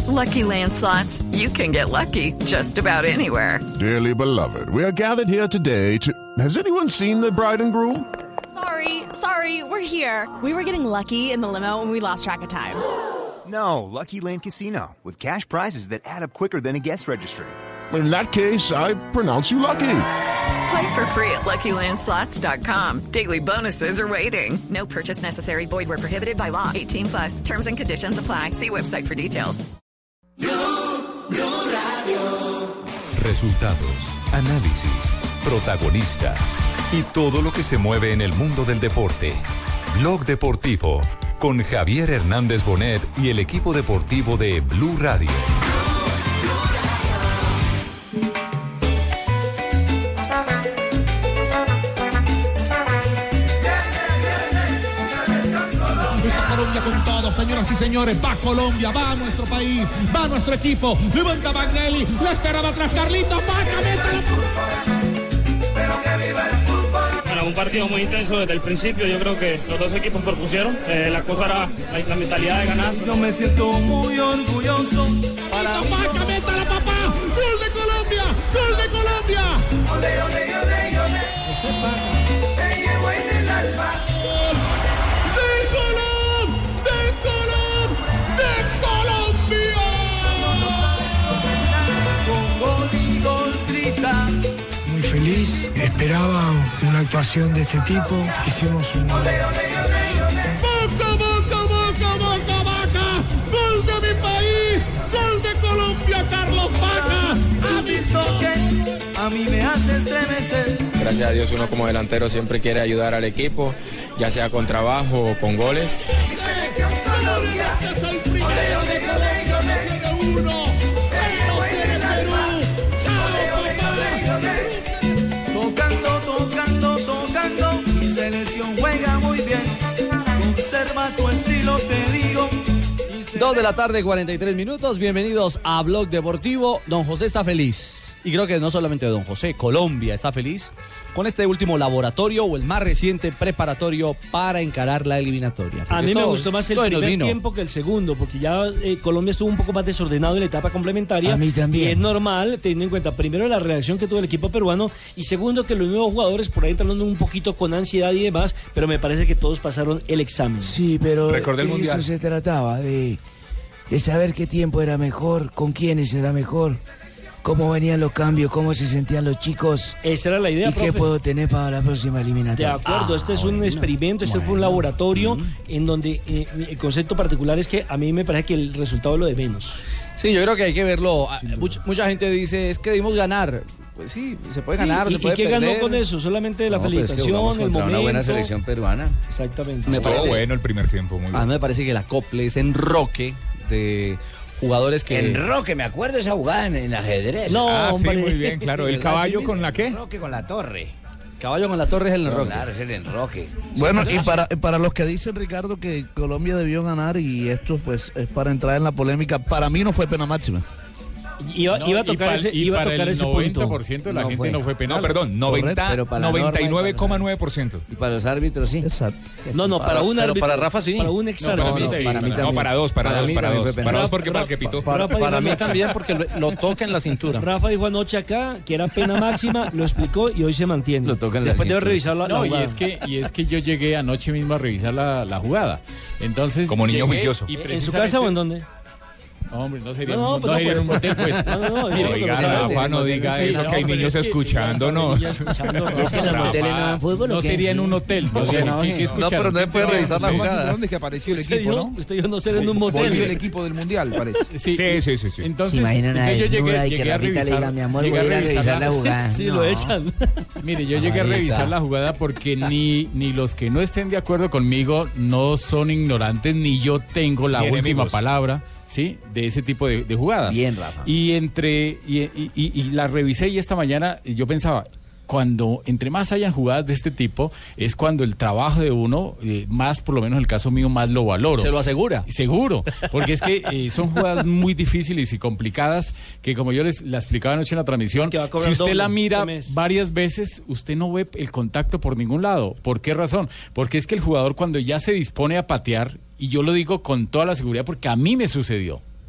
Lucky Land Slots, you can get lucky just about anywhere. Dearly beloved, we are gathered here today to... Has anyone seen the bride and groom? Sorry, we're here. We were getting lucky in the limo and we lost track of time. No, Lucky Land Casino, with cash prizes that add up quicker than a guest registry. In that case, I pronounce you lucky. Play for free at LuckyLandSlots.com. Daily bonuses are waiting. No purchase necessary. Void where prohibited by law. 18+. Terms and conditions apply. See website for details. Blue Radio. Resultados, análisis, protagonistas y todo lo que se mueve en el mundo del deporte. Blog Deportivo con Javier Hernández Bonet y el equipo deportivo de Blue Radio. Colombia con todo, señoras y señores, va Colombia, va nuestro país, va nuestro equipo, levanta Magnelli, la esperaba atrás Carlitos, Vaca, Pero que viva el fútbol. Bueno, un partido muy intenso desde el principio, yo creo que los dos equipos propusieron, la cosa era la mentalidad de ganar. Yo me siento muy orgulloso. Vaca, métala papá, gol de Colombia, gol de Colombia. Ole, ole, ole, ole. Ese Vaca, te llevo en el alma. Muy feliz, esperaba una actuación de este tipo, hicimos un... ¡Vaca, Vaca! ¡Gol de mi país! ¡Gol de Colombia, Carlos Vaca! ¿Has visto que a mí me hace estremecer? Gracias a Dios uno como delantero siempre quiere ayudar al equipo, ya sea con trabajo o con goles. Selección Colombia. Este es el primero de Colombia, tiene uno. Tocando, mi selección juega muy bien, conserva tu estilo, te digo. 2:43 p.m, bienvenidos a Blog Deportivo. Don José está feliz, y creo que no solamente Don José, Colombia está feliz con este último laboratorio o el más reciente preparatorio para encarar la eliminatoria. A mí me gustó más el primer tiempo que el segundo, porque ya Colombia estuvo un poco más desordenado en la etapa complementaria. A mí también. Y es normal, teniendo en cuenta primero la reacción que tuvo el equipo peruano y segundo que los nuevos jugadores por ahí entrando un poquito con ansiedad y demás, pero me parece que todos pasaron el examen. Sí, pero Recordé el mundial. Eso se trataba de saber qué tiempo era mejor, con quiénes era mejor, cómo venían los cambios, cómo se sentían los chicos. Esa era la idea, ¿Y profe? qué puedo tener para la próxima eliminatoria? De acuerdo, este es un experimento, fue un laboratorio en donde el concepto particular es que a mí me parece que el resultado es lo de menos. Sí, yo creo que hay que verlo. Mucha gente dice, es que debimos ganar. Pues sí, se puede ganar, se puede perder. ¿Y qué ganó con eso? Solamente la felicitación, el momento. Una buena selección peruana. Exactamente. Estuvo bueno el primer tiempo, muy bueno. A mí me parece que el acople, ese enroque de jugadores que... Enroque, me acuerdo esa jugada en ajedrez. No, sí, muy bien, claro. ¿El caballo con la qué? Enroque con la torre. Caballo con la torre es el enroque. Claro, es el enroque. Bueno, y para los que dicen, Ricardo, que Colombia debió ganar y esto pues es para entrar en la polémica, para mí no fue pena máxima. Iba a tocar ese punto. 90% de la gente no fue penal. No, perdón, 99,9%. Y para los árbitros sí. Exacto. No, para un árbitro. Para Rafa sí. Para un exárbitro. No, para dos porque para el que pitó. Para mí también porque lo toca en la cintura. Rafa dijo anoche acá que era pena máxima, lo explicó y hoy se mantiene. Lo toca en la Después cintura. debe revisar la jugada. Y es que yo llegué anoche mismo a revisar la jugada. Entonces, como niño juicioso. ¿En su casa o en dónde? Hombre, no sería, no sería en un motel, pues. Oiga, Rafa, no diga eso, que hay niños escuchándonos. Es que en los moteles no dan fútbol. No sería en un hotel. No, pero no puede revisar la jugada. ¿Dónde es que apareció el equipo, no? Usted dijo no ser en un motel. Volvió el equipo del mundial, parece. Sí. Entonces, se imaginan una desnuda y que Rafita le diga, mi amor, voy a ir a revisar la jugada. Sí, lo echan. Mire, yo llegué a revisar la jugada porque ni los que no estén de acuerdo conmigo no son ignorantes, ni yo tengo la última palabra. Sí, de ese tipo de jugadas. Bien, Rafa. Y la revisé y esta mañana yo pensaba, cuando entre más hayan jugadas de este tipo, es cuando el trabajo de uno, más por lo menos en el caso mío, más lo valoro. ¿Se lo asegura? Seguro, porque es que son jugadas muy difíciles y complicadas, que como yo la explicaba anoche en la transmisión, si usted la mira varias veces, usted no ve el contacto por ningún lado. ¿Por qué razón? Porque es que el jugador cuando ya se dispone a patear, y yo lo digo con toda la seguridad porque a mí me sucedió.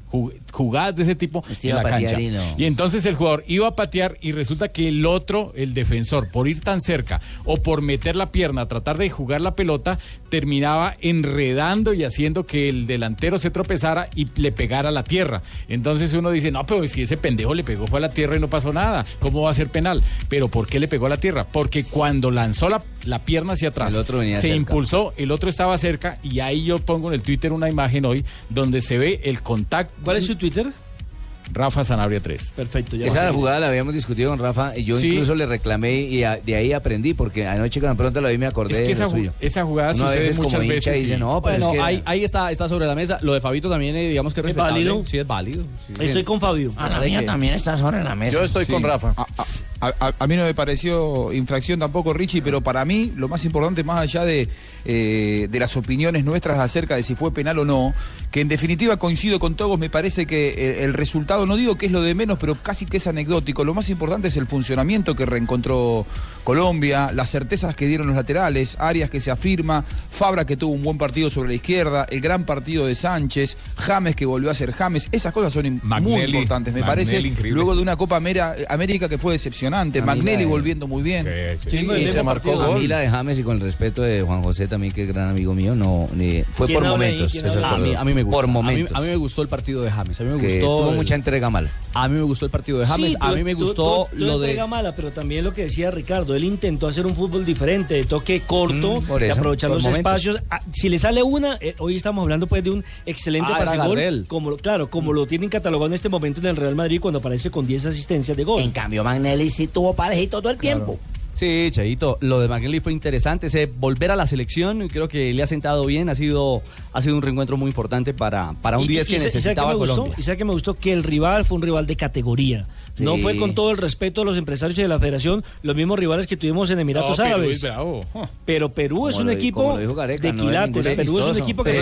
jugadas de ese tipo en la cancha. Y entonces el jugador iba a patear y resulta que el otro, el defensor, por ir tan cerca o por meter la pierna a tratar de jugar la pelota, terminaba enredando y haciendo que el delantero se tropezara y le pegara a la tierra. Entonces uno dice, no, pero si ese pendejo le pegó fue a la tierra y no pasó nada, ¿cómo va a ser penal? Pero ¿por qué le pegó a la tierra? Porque cuando lanzó la pierna hacia atrás, el otro venía se cerca. Impulsó, el otro estaba cerca, y ahí yo pongo en el Twitter una imagen hoy donde se ve el contacto. ¿Cuál es su Twitter? Rafa Sanabria 3. Perfecto. Ya esa jugada la habíamos discutido con Rafa y yo incluso le reclamé y de ahí aprendí, porque anoche cuando pronto la vi me acordé de lo suyo. Esa jugada sucede muchas veces. Y dice, no, pero bueno, es que ahí está sobre la mesa. Lo de Fabito también, digamos que es respetable. válido. Sí, es válido. Sí, estoy con Fabio. La mía también está sobre la mesa. Yo estoy con Rafa. A mí no me pareció infracción tampoco, Richie, pero para mí lo más importante, más allá de las opiniones nuestras acerca de si fue penal o no, que en definitiva coincido con todos, me parece que el resultado, no digo que es lo de menos, pero casi que es anecdótico. Lo más importante es el funcionamiento que reencontró Colombia, las certezas que dieron los laterales, Arias que se afirma, Fabra que tuvo un buen partido sobre la izquierda, el gran partido de Sánchez, James que volvió a ser James. Esas cosas son muy importantes, me parece, increíble. Luego de una Copa América que fue decepcionante, Magnelli volviendo muy bien. Y se marcó gol. A mí la de James, y con el respeto de Juan José también, que es gran amigo mío, fue por momentos. A mí me gustó. Por momentos. A mí me gustó el partido de James. A mí me que gustó. Tuvo mucha entrega mala. A mí me gustó el partido de James. A mí me gustó lo de entrega mala, pero también lo que decía Ricardo, él intentó hacer un fútbol diferente, de toque corto, de aprovechar los espacios. Si le sale una, hoy estamos hablando pues de un excelente pase gol, como lo tienen catalogado en este momento en el Real Madrid cuando aparece con 10 asistencias de gol. En cambio, Magnelli sí tuvo parejito todo el tiempo. Sí, Cheito, lo de Magnelli fue interesante, ese volver a la selección, creo que le ha sentado bien, ha sido un reencuentro muy importante para un 10 que necesitaba Colombia. Y sabe que me gustó que el rival fue un rival de categoría. Sí. No fue con todo el respeto de los empresarios y de la federación, los mismos rivales que tuvimos en Emiratos Árabes. Pero Perú es un equipo de quilates. Perú es un equipo que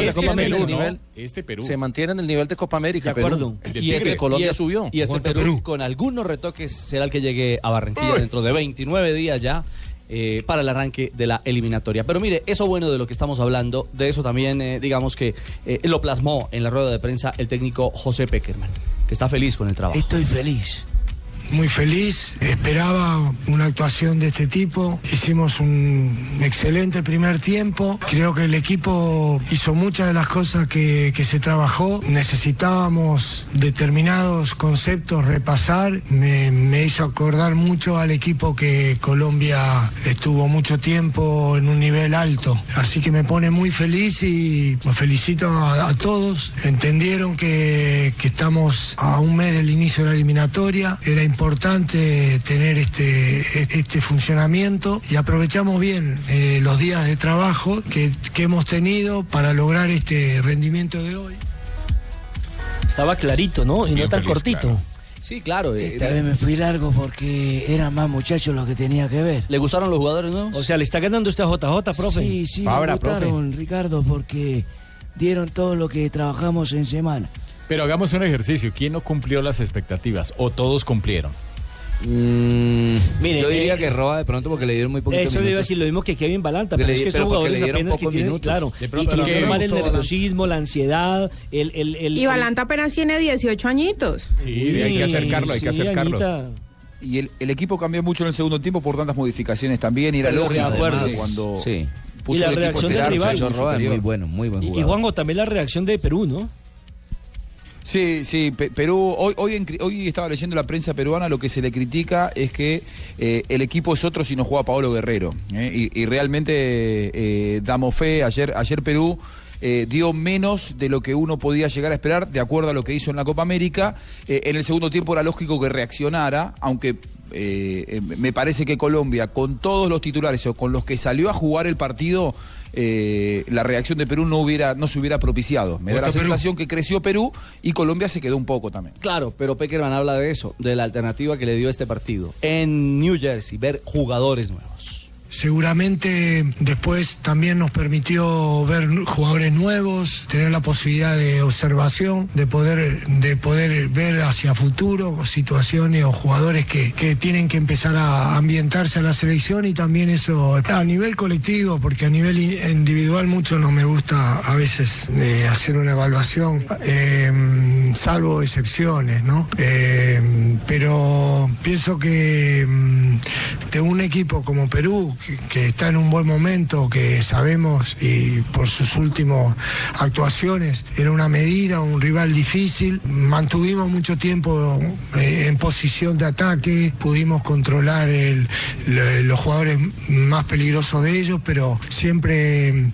Perú se mantiene en el nivel de Copa América. De acuerdo. Y este Colombia subió. Y este Perú, con algunos retoques, será el que llegue a Barranquilla dentro de 29 días ya para el arranque de la eliminatoria. Pero mire, eso bueno de lo que estamos hablando, de eso también digamos que lo plasmó en la rueda de prensa el técnico José Pekerman, que está feliz con el trabajo. Estoy feliz. Muy feliz, esperaba una actuación de este tipo, hicimos un excelente primer tiempo, creo que el equipo hizo muchas de las cosas que se trabajó, necesitábamos determinados conceptos repasar, me hizo acordar mucho al equipo que Colombia estuvo mucho tiempo en un nivel alto, así que me pone muy feliz y los felicito a todos, entendieron que estamos a un mes del inicio de la eliminatoria, era importante tener este funcionamiento y aprovechamos bien los días de trabajo que hemos tenido para lograr este rendimiento de hoy. Estaba clarito, ¿no? Y bien no tan feliz, cortito. Claro. Sí, claro. Esta vez me fui largo porque eran más muchachos los que tenía que ver. ¿Le gustaron los jugadores, no? O sea, ¿le está ganando usted a JJ, profe? Sí, me gustaron, Ricardo, porque dieron todo lo que trabajamos en semana. Pero hagamos un ejercicio. ¿Quién no cumplió las expectativas? ¿O todos cumplieron? Mire, yo diría que Roa de pronto porque le dieron muy poquitos minutos. Eso le iba a decir lo mismo que Kevin Balanta, pero es que son jugadores apenas que tienen, claro, de pronto, y que normal el nerviosismo, la ansiedad, y Balanta apenas tiene 18 añitos. Sí, hay que acercarlo, hay que acercarlo. Anita. Y el equipo cambió mucho en el segundo tiempo por tantas modificaciones también, y era lógico cuando puso y la reacción del rival. Muy buen jugador. Y Juanjo, también la reacción de Perú, ¿no? Sí, Perú, hoy estaba leyendo la prensa peruana, lo que se le critica es que el equipo es otro si no juega Paolo Guerrero, y realmente damos fe, ayer Perú dio menos de lo que uno podía llegar a esperar, de acuerdo a lo que hizo en la Copa América. En el segundo tiempo era lógico que reaccionara, aunque me parece que Colombia, con todos los titulares o con los que salió a jugar el partido, la reacción de Perú no se hubiera propiciado. Me da la sensación que creció Perú y Colombia se quedó un poco también. Claro, pero Pekerman habla de eso, de la alternativa que le dio este partido. En New Jersey, ver jugadores nuevos. Seguramente después también nos permitió ver jugadores nuevos, tener la posibilidad de observación, de poder ver hacia futuro situaciones o jugadores que tienen que empezar a ambientarse a la selección, y también eso a nivel colectivo, porque a nivel individual mucho no me gusta a veces hacer una evaluación, salvo excepciones, ¿no? Pero pienso que de un equipo como Perú, que está en un buen momento, que sabemos, y por sus últimas actuaciones, era una medida, un rival difícil, mantuvimos mucho tiempo en posición de ataque, pudimos controlar los jugadores más peligrosos de ellos, pero siempre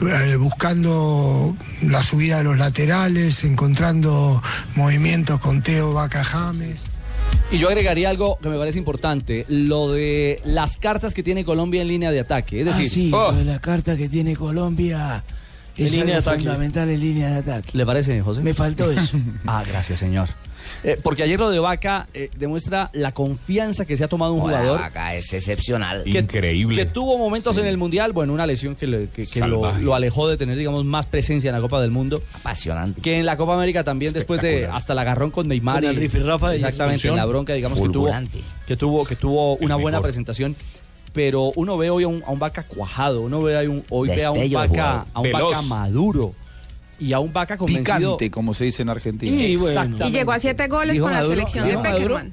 buscando la subida de los laterales, encontrando movimientos con Teo Vaca James. Y yo agregaría algo que me parece importante, lo de las cartas que tiene Colombia en línea de ataque. Es decir, lo de la carta que tiene Colombia es algo fundamental en línea de ataque. ¿Le parece, José? Me faltó eso. Gracias, señor. Porque ayer lo de Vaca demuestra la confianza que se ha tomado un jugador. Vaca es excepcional. Increíble. Que tuvo momentos en el Mundial, bueno, una lesión que lo alejó de tener, digamos, más presencia en la Copa del Mundo. Apasionante. Que en la Copa América también, después de hasta el agarrón con Neymar. Con el rifirrafa. Exactamente, en la bronca, digamos, que tuvo una buena presentación. Pero uno ve hoy a un Vaca cuajado, uno ve a un Vaca maduro. Y a un Vaca convencido. Picante, como se dice en Argentina. Y llegó a 7 goles con la selección de Peckerman.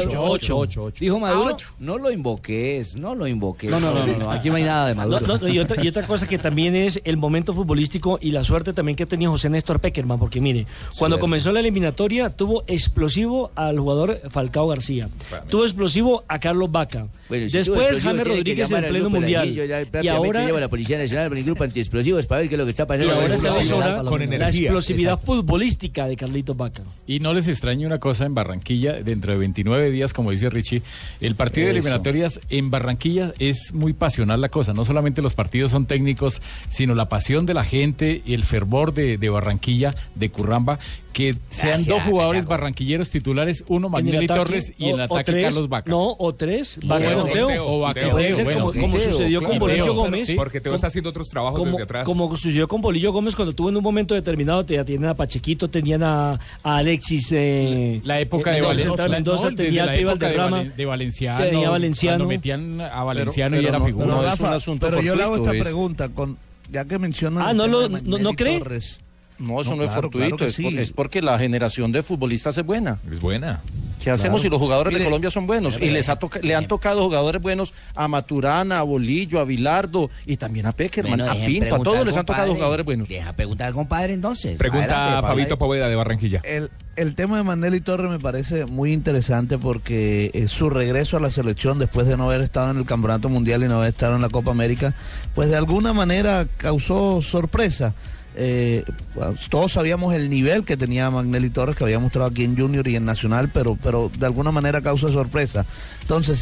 8. Dijo Maduro, no lo invoques. No, aquí no hay nada de Maduro. Y otra cosa que también es el momento futbolístico y la suerte también que tenía José Néstor Peckerman, porque mire, cuando comenzó la eliminatoria tuvo explosivo al jugador Falcao García, tuvo explosivo a Carlos Vaca, después James Rodríguez en pleno mundial, y ahora lleva la Policía Nacional para el grupo antiexplosivos para ver qué es lo que está pasando. Y ahora se asesora con energía, la explosividad futbolística de Carlitos Vaca. Y no les extrañe una cosa en Barranquilla, dentro de 29 días, como dice Richie, el partido de eliminatorias en Barranquilla es muy pasional la cosa. No solamente los partidos son técnicos, sino la pasión de la gente y el fervor de Barranquilla, de Curramba, que sean dos jugadores barranquilleros titulares, uno Magnelli Torres y en el ataque Carlos Vaca. No, o tres, o Vaqueteo, como sucedió con Bolillo Gómez. Porque Teo está haciendo otros trabajos desde atrás. Como sucedió con Bolillo Gómez cuando tuvo en un momento determinado, tenían a Pachequito, tenían a Alexis. La época de Mendoza, tenía al Pival de Brama. De Valenciano. Tenía Valenciano. Cuando metían a Valenciano y era figura. Pero yo le hago esta pregunta, ya que mencionan ¿no cree? Torres. No, eso no es fortuito, claro es porque la generación de futbolistas es buena. Es buena. ¿Qué hacemos si los jugadores de Colombia son buenos? Y le han tocado jugadores buenos a Maturana, a Bolillo, a Vilardo y también a Peckerman, a Pinto, a todos les han tocado jugadores buenos. Deja preguntar al compadre entonces. Pregunta a Fabito Poveda de Barranquilla. El tema de Magnelli Torres me parece muy interesante porque su regreso a la selección después de no haber estado en el Campeonato Mundial y no haber estado en la Copa América, pues de alguna manera causó sorpresa. Todos sabíamos el nivel que tenía Magnelli Torres, que había mostrado aquí en Junior y en Nacional, pero de alguna manera causa sorpresa. Entonces,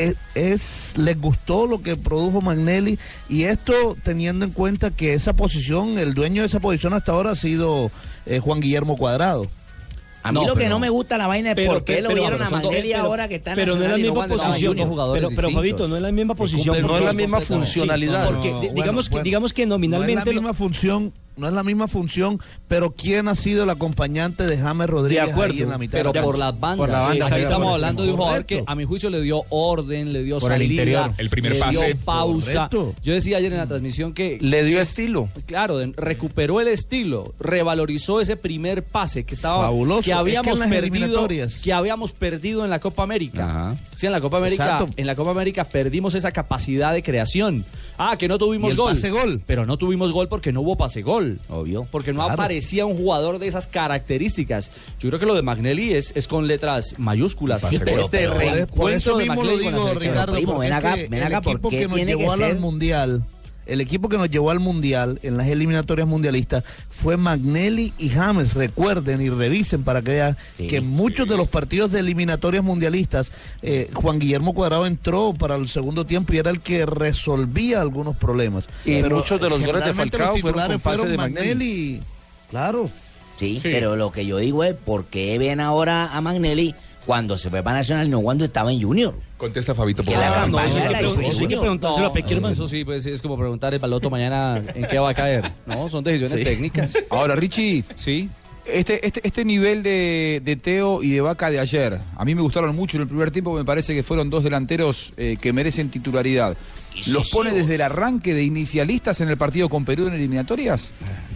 les gustó lo que produjo Magnelli, y esto teniendo en cuenta que esa posición, el dueño de esa posición hasta ahora ha sido Juan Guillermo Cuadrado. A mí lo que no me gusta la vaina es por qué lo vieron a Magnelli ahora que está en Pero no es la misma posición. Pero Fabito, no es la misma posición. No es la misma funcionalidad. Porque digamos que nominalmente... No es la misma función, pero ¿quién ha sido el acompañante de James Rodríguez ahí en la mitad? Pero por las bandas. Por la banda, ahí estamos hablando de un jugador que a mi juicio le dio orden, le dio por salida, el interior, el primer pase, le dio pausa. Correcto. Yo decía ayer en la transmisión que le dio estilo. Claro, recuperó el estilo, revalorizó ese primer pase que estaba fabuloso. que habíamos perdido en la Copa América. Ajá. Sí, en la Copa América, perdimos esa capacidad de creación. Que no tuvimos gol. Pase-gol. Pero no tuvimos gol porque no hubo pase-gol. Obvio. Porque no aparecía un jugador de esas características. Yo creo que lo de Magnelli es con letras mayúsculas. Sí, pero por eso mismo lo digo, Ricardo, porque el equipo que nos llevó al Mundial, el equipo que nos llevó al Mundial en las eliminatorias mundialistas fue Magnelli y James. Recuerden y revisen para que vean que en muchos de los partidos de eliminatorias mundialistas Juan Guillermo Cuadrado entró para el segundo tiempo y era el que resolvía algunos problemas. Y pero muchos de los goles de Falcao fueron Magnelli. Claro. Sí, pero lo que yo digo es ¿por qué ven ahora a Magnelli cuando se fue para Nacional, no cuando estaba en Junior. Contesta Fabito, por favor. Hay que preguntárselo a Peckerman. Eso sí, pues es como preguntar el Baloto mañana en qué va a caer. No, son decisiones técnicas. Ahora, Richie. Sí. Este nivel de Teo y de Vaca de ayer, a mí me gustaron mucho en el primer tiempo, me parece que fueron dos delanteros que merecen titularidad. ¿Los pone desde el arranque de inicialistas en el partido con Perú en eliminatorias?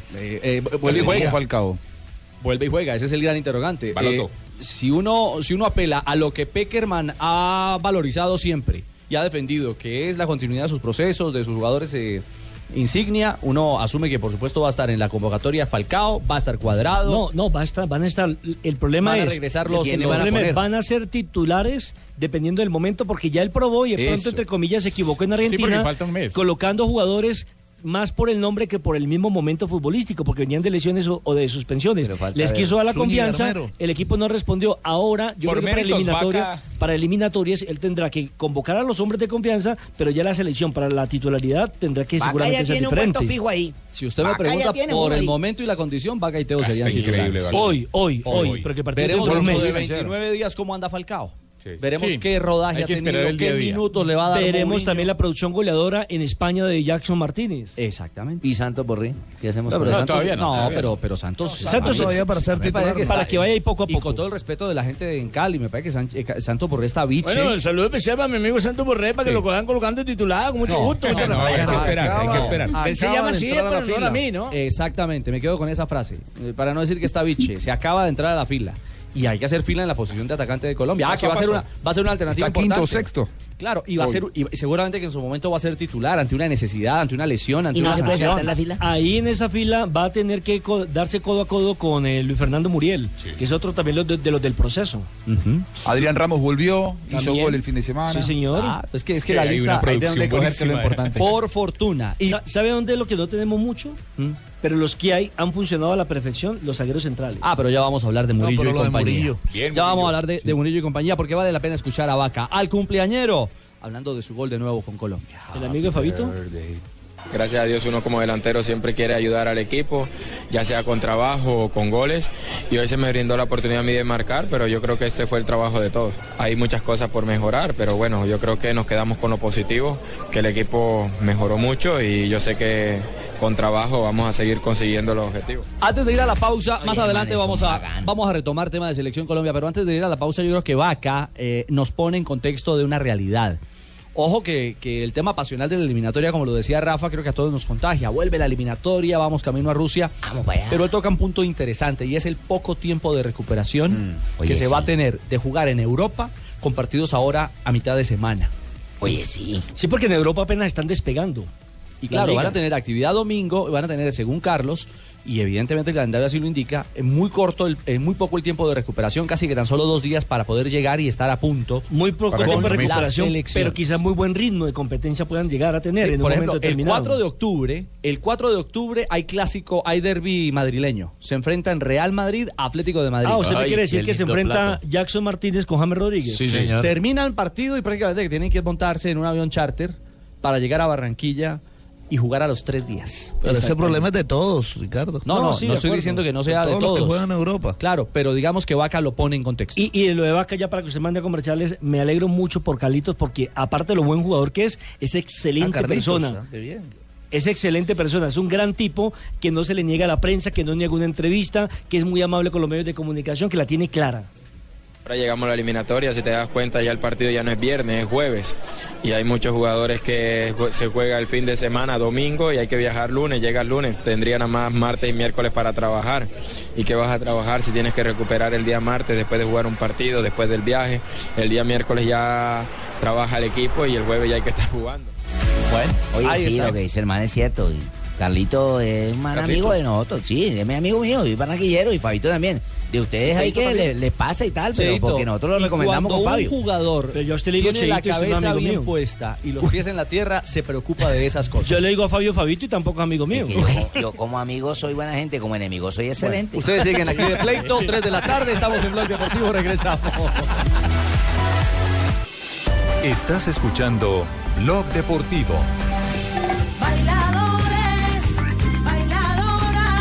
Vuelve y juega. Falcao. Vuelve y juega, ese es el gran interrogante. Si uno apela a lo que Peckerman ha valorizado siempre y ha defendido, que es la continuidad de sus procesos, de sus jugadores insignia, uno asume que por supuesto va a estar en la convocatoria Falcao, va a estar Cuadrado. No, van a estar. El problema es regresar van a ser titulares dependiendo del momento, porque ya él probó y de pronto, entre comillas, se equivocó en Argentina, falta un mes, colocando jugadores más por el nombre que por el mismo momento futbolístico, porque venían de lesiones o de suspensiones. Les quiso dar la confianza, el equipo no respondió. Ahora, yo creo que para eliminatorias, él tendrá que convocar a los hombres de confianza, pero ya la selección para la titularidad tendrá que seguramente ser diferente. Un fijo ahí. Si usted me pregunta por el momento y la condición, Vaca y Teo serían titulares. Hoy, porque el partido veremos dentro de 29 días cómo anda Falcao. Veremos qué rodaje ha tenido, qué minutos le va a dar. Veremos Mourinho. también la producción goleadora en España de Jackson Martínez. Exactamente. ¿Y Santos Borré? ¿Qué hacemos con Santos? Todavía no. Pero Santos todavía para ser titular. Para que vaya ahí poco a poco. Y con todo el respeto de la gente en Cali, me parece que Santos Borré está biche. Bueno, el saludo especial para mi amigo Santos Borré, para que lo cojan colocando titular, con mucho gusto. Hay que esperar. Él se llama así, pero no a mí, ¿no? Exactamente, me quedo con esa frase. Para no decir que está biche, se acaba de entrar a la fila. Y hay que hacer fila en la posición de atacante de Colombia. Que va a ser una alternativa importante. Quinto o sexto. Claro, y seguramente que en su momento va a ser titular ante una necesidad, ante una lesión, ante ¿Y no una se puede sanción. saltar la fila? Ahí en esa fila va a tener que darse codo a codo con Luis Fernando Muriel, que es otro también de los del proceso. Adrián Ramos volvió, hizo gol el fin de semana. Sí, señor. Es que la lista hay que coger que lo importante. Por fortuna. Y ¿sabe dónde es lo que no tenemos mucho? Pero los que hay han funcionado a la perfección, los zagueros centrales. Pero ya vamos a hablar de Murillo y compañía. Ya vamos a hablar de Murillo y compañía, porque vale la pena escuchar a Vaca, al cumpleañero, hablando de su gol de nuevo con Colombia. ¿El amigo de Fabito? Gracias a Dios uno como delantero siempre quiere ayudar al equipo, ya sea con trabajo o con goles, y hoy se me brindó la oportunidad a mí de marcar, pero yo creo que este fue el trabajo de todos. Hay muchas cosas por mejorar, pero bueno, yo creo que nos quedamos con lo positivo, que el equipo mejoró mucho y yo sé que con trabajo vamos a seguir consiguiendo los objetivos. Antes de ir a la pausa, más adelante vamos a retomar tema de Selección Colombia, pero antes de ir a la pausa yo creo que Vaca nos pone en contexto de una realidad. Ojo que el tema pasional de la eliminatoria, como lo decía Rafa, creo que a todos nos contagia. Vuelve la eliminatoria, vamos camino a Rusia. Vamos para allá. Pero él toca un punto interesante y es el poco tiempo de recuperación que se va a tener de jugar en Europa con partidos ahora a mitad de semana. Oye, sí. Sí, porque en Europa apenas están despegando. Y claro, van a tener actividad domingo, van a tener, según Carlos, y evidentemente el calendario así lo indica, muy poco el tiempo de recuperación, casi que tan solo 2 días para poder llegar y estar a punto. Muy poco tiempo de recuperación, pero quizás muy buen ritmo de competencia puedan llegar a tener en un momento determinado. El 4 de octubre hay clásico, hay derbi madrileño. Se enfrentan Real Madrid, Atlético de Madrid. ¿Usted me quiere decir que se enfrenta Jackson Martínez con James Rodríguez? Sí, señor. Termina el partido y prácticamente que tienen que montarse en un avión charter para llegar a Barranquilla y jugar a los 3 días. Pero ese problema es de todos, Ricardo. No estoy diciendo que no sea de todos. Los que juegan en Europa. Claro, pero digamos que Vaca lo pone en contexto. Y lo de Vaca, ya para que usted mande a comerciales, me alegro mucho por Carlitos, porque aparte de lo buen jugador que es excelente persona. Qué bien. Es excelente persona, es un gran tipo que no se le niega a la prensa, que no niega una entrevista, que es muy amable con los medios de comunicación, que la tiene clara. Ahora llegamos a la eliminatoria, si te das cuenta ya el partido ya no es viernes, es jueves. Y hay muchos jugadores que se juega el fin de semana, domingo, y hay que viajar lunes, llegas lunes, tendrían nada más martes y miércoles para trabajar. ¿Y qué vas a trabajar si tienes que recuperar el día martes después de jugar un partido, después del viaje? El día miércoles ya trabaja el equipo y el jueves ya hay que estar jugando. Bueno, oye, sí, lo que dice el man es cierto. Carlito es un amigo de nosotros, sí, es mi amigo mío, y barranquillero, y Fabito también. De ustedes ahí que les pasa y tal, pero porque nosotros lo recomendamos con Fabio. Un jugador pero yo le digo, tiene la cabeza bien puesta y los pies en la tierra, se preocupa de esas cosas. Yo le digo a Fabito y tampoco es amigo mío. Yo como amigo soy buena gente, como enemigo soy excelente. Bueno, ustedes siguen aquí de pleito, 3 de la tarde, estamos en Blog Deportivo, regresamos. Estás escuchando Blog Deportivo.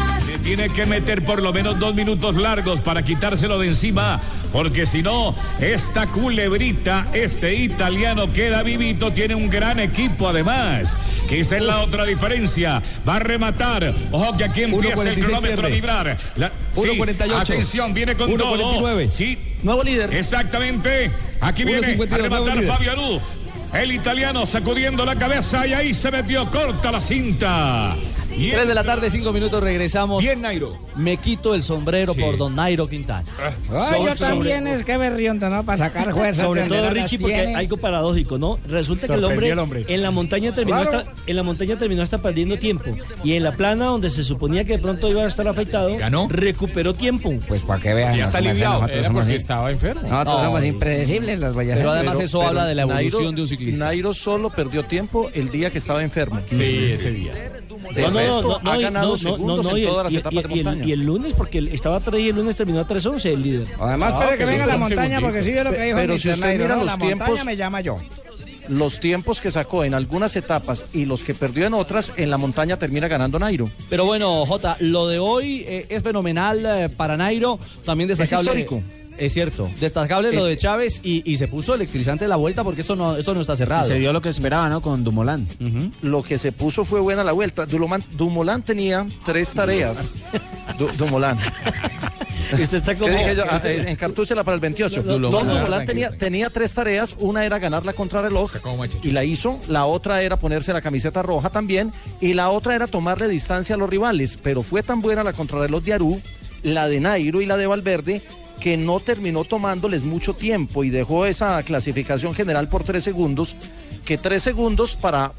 tiene que meter por lo menos 2 minutos largos para quitárselo de encima, porque si no, esta culebrita, este italiano queda vivito, tiene un gran equipo además, que esa es la otra diferencia. Va a rematar, ojo que aquí empieza el cronómetro a vibrar. 1.48. Atención, viene con 1.49. Sí, nuevo líder. Exactamente, aquí viene 1.52, a rematar Fabio Aru. El italiano sacudiendo la cabeza y ahí se metió corta la cinta. 3 de la tarde, 5 minutos, regresamos. Bien, Nairo. Me quito el sombrero por don Nairo Quintana. Yo también es que berrionda, ¿no? Para sacar fuerzas. Sobre todo, Richie, porque hay algo paradójico, ¿no? Resulta que el hombre en la montaña terminó hasta perdiendo tiempo. Y en la plana, donde se suponía que de pronto iba a estar afectado, recuperó tiempo. Pues para que vean. Ya está aliviado. Porque estaba enfermo. Nosotros somos impredecibles, las vallas. Pero además eso habla de la evolución de un ciclista. Nairo solo perdió tiempo el día que estaba enfermo. Sí, ese día. Ha ganado segundos en todas las etapas de montaña. Y el lunes, porque estaba 3 y el lunes terminó a 3:11 el líder. Además, espere que venga la montaña, porque sigue lo que dijo pero si usted Nairo, mira ¿no? los La tiempos, montaña me llama yo. Los tiempos que sacó en algunas etapas y los que perdió en otras, en la montaña termina ganando Nairo. Pero bueno, Jota, lo de hoy es fenomenal para Nairo, también destacable. Es histórico. Es cierto, destacable lo de Chávez y se puso electrizante la vuelta porque esto no está cerrado. Y se dio lo que esperaba, ¿no? Con Dumoulin. Lo que se puso fue buena la vuelta. Dumoulin tenía 3 tareas. Dumoulin. Usted está como... ¿Qué dije yo? En cartúchela para el 28. Dumoulin tenía 3 tareas. Una era ganar la contrarreloj y la hizo. La otra era ponerse la camiseta roja también. Y la otra era tomarle distancia a los rivales. Pero fue tan buena la contrarreloj de Aru, la de Nairo y la de Valverde, que no terminó tomándoles mucho tiempo y dejó esa clasificación general por 3 segundos, que 3 segundos para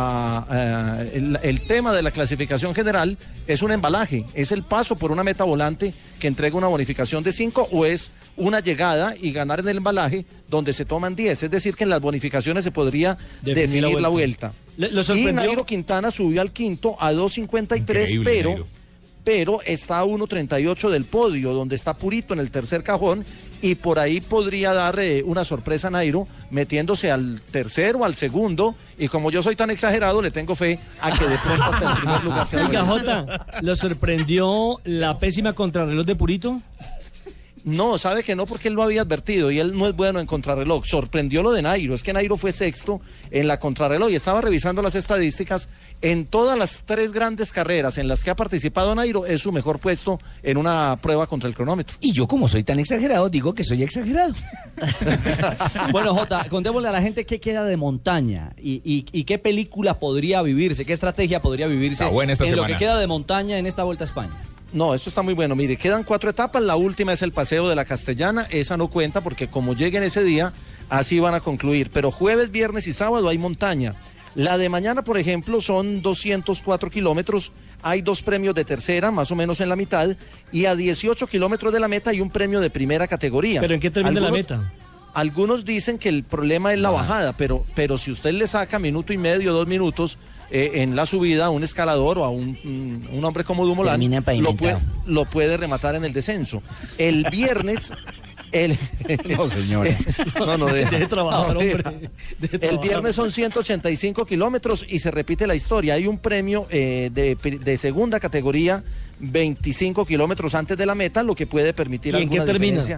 el tema de la clasificación general es un embalaje, es el paso por una meta volante que entrega una bonificación de 5 o es una llegada y ganar en el embalaje donde se toman 10, es decir que en las bonificaciones se podría definir la vuelta. Y Nairo Quintana subió al quinto a 2.53, pero está a 1.38 del podio, donde está Purito en el tercer cajón, y por ahí podría dar una sorpresa a Nairo, metiéndose al tercero o al segundo, y como yo soy tan exagerado, le tengo fe a que de pronto hasta el primer lugar se Oiga, Jota, ¿lo sorprendió la pésima contrarreloj de Purito? No, sabe que no, porque él lo había advertido y él no es bueno en contrarreloj. Sorprendió lo de Nairo, es que Nairo fue sexto en la contrarreloj y estaba revisando las estadísticas. En todas las 3 grandes carreras en las que ha participado Nairo, es su mejor puesto en una prueba contra el cronómetro. Y yo, como soy tan exagerado, digo que soy exagerado. Bueno, Jota, contémosle a la gente qué queda de montaña y qué película podría vivirse, qué estrategia podría vivirse en semana. Lo que queda de montaña en esta Vuelta a España. No, esto está muy bueno. Mire, quedan 4 etapas. La última es el Paseo de la Castellana. Esa no cuenta porque como lleguen ese día, así van a concluir. Pero jueves, viernes y sábado hay montaña. La de mañana, por ejemplo, son 204 kilómetros. Hay 2 premios de tercera, más o menos en la mitad. Y a 18 kilómetros de la meta hay un premio de primera categoría. ¿Pero en qué termina la meta? Algunos dicen que el problema es la bajada, pero si usted le saca 1.5 minutos, 2 minutos... en la subida a un escalador o a un hombre como Dumoulin, lo puede rematar en el descenso. El viernes... No, señora. Deje trabajar, hombre. El viernes son 185 kilómetros y se repite la historia. Hay un premio de segunda categoría, 25 kilómetros antes de la meta, lo que puede permitir alguna diferencia.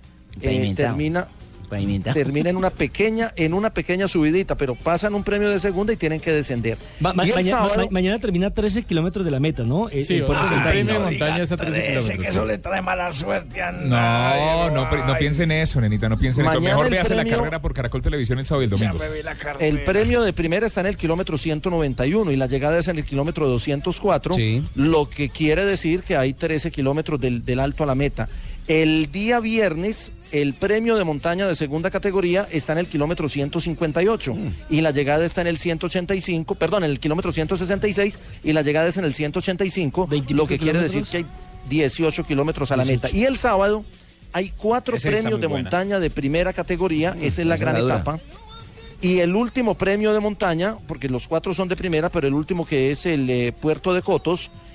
Termina en una pequeña subidita, pero pasan un premio de segunda y tienen que descender. Mañana termina 13 kilómetros de la meta, ¿no? Sí, el premio de montaña es a 13 kilómetros. Que eso le trae mala suerte a no piense en eso, nenita, no piense en eso. Mejor véase la carrera por Caracol Televisión el sábado y el domingo. El premio de primera está en el kilómetro 191 y la llegada es en el kilómetro 204, lo que quiere decir que hay 13 kilómetros del alto a la meta. El día viernes, el premio de montaña de segunda categoría está en el kilómetro 158 y la llegada está en el 185, en el kilómetro 166 y la llegada es en el 185, lo que quiere decir que hay 18 kilómetros a la meta. Y el sábado hay 4 premios de montaña de primera categoría, esa es la gran etapa. Y el último premio de montaña, porque los 4 son de primera, pero el último que es el Puerto de Cotos,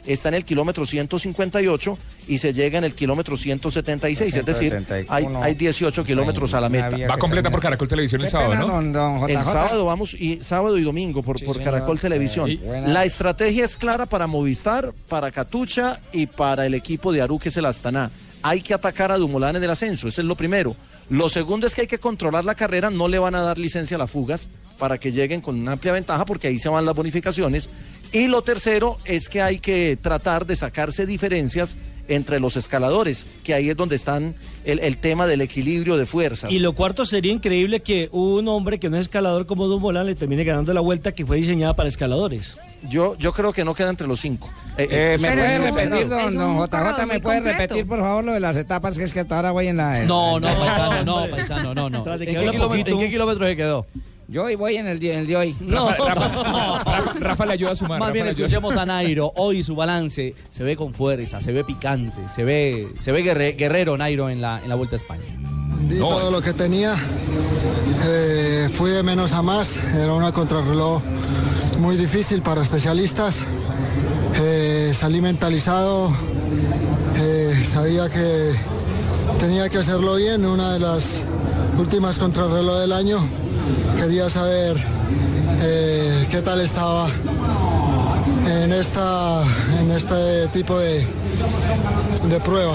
está en el kilómetro 158 y se llega en el kilómetro 176, es decir, hay 18 kilómetros a la meta. Va completa por Caracol Televisión el sábado, ¿no? El sábado vamos, sábado y domingo por Caracol Televisión. La estrategia es clara para Movistar, para Catucha y para el equipo de Aru, que es el Astana. Hay que atacar a Dumoulin en el ascenso, eso es lo primero. Lo segundo es que hay que controlar la carrera, no le van a dar licencia a las fugas para que lleguen con una amplia ventaja, porque ahí se van las bonificaciones. Y lo tercero es que hay que tratar de sacarse diferencias entre los escaladores, que ahí es donde están el tema del equilibrio de fuerzas. Y lo cuarto, sería increíble que un hombre que no es escalador como Dumoulin le termine ganando la vuelta que fue diseñada para escaladores. Yo creo que no queda entre los 5. ¿Me puede repetir, don JJ, me puede repetir, por favor, lo de las etapas, que es que hasta ahora voy en la... No, paisano, no. ¿En qué kilómetro se quedó? Yo hoy voy en el de hoy. No. Rafa le ayuda a sumar. Más bien escuchemos a Nairo. Hoy su balance se ve con fuerza, se ve picante, se ve guerrero Nairo en la Vuelta a España. Di todo lo que tenía, fui de menos a más, era una contrarreloj muy difícil para especialistas, salí mentalizado, sabía que tenía que hacerlo bien, una de las últimas contrarreloj del año, quería saber qué tal estaba en este tipo de prueba.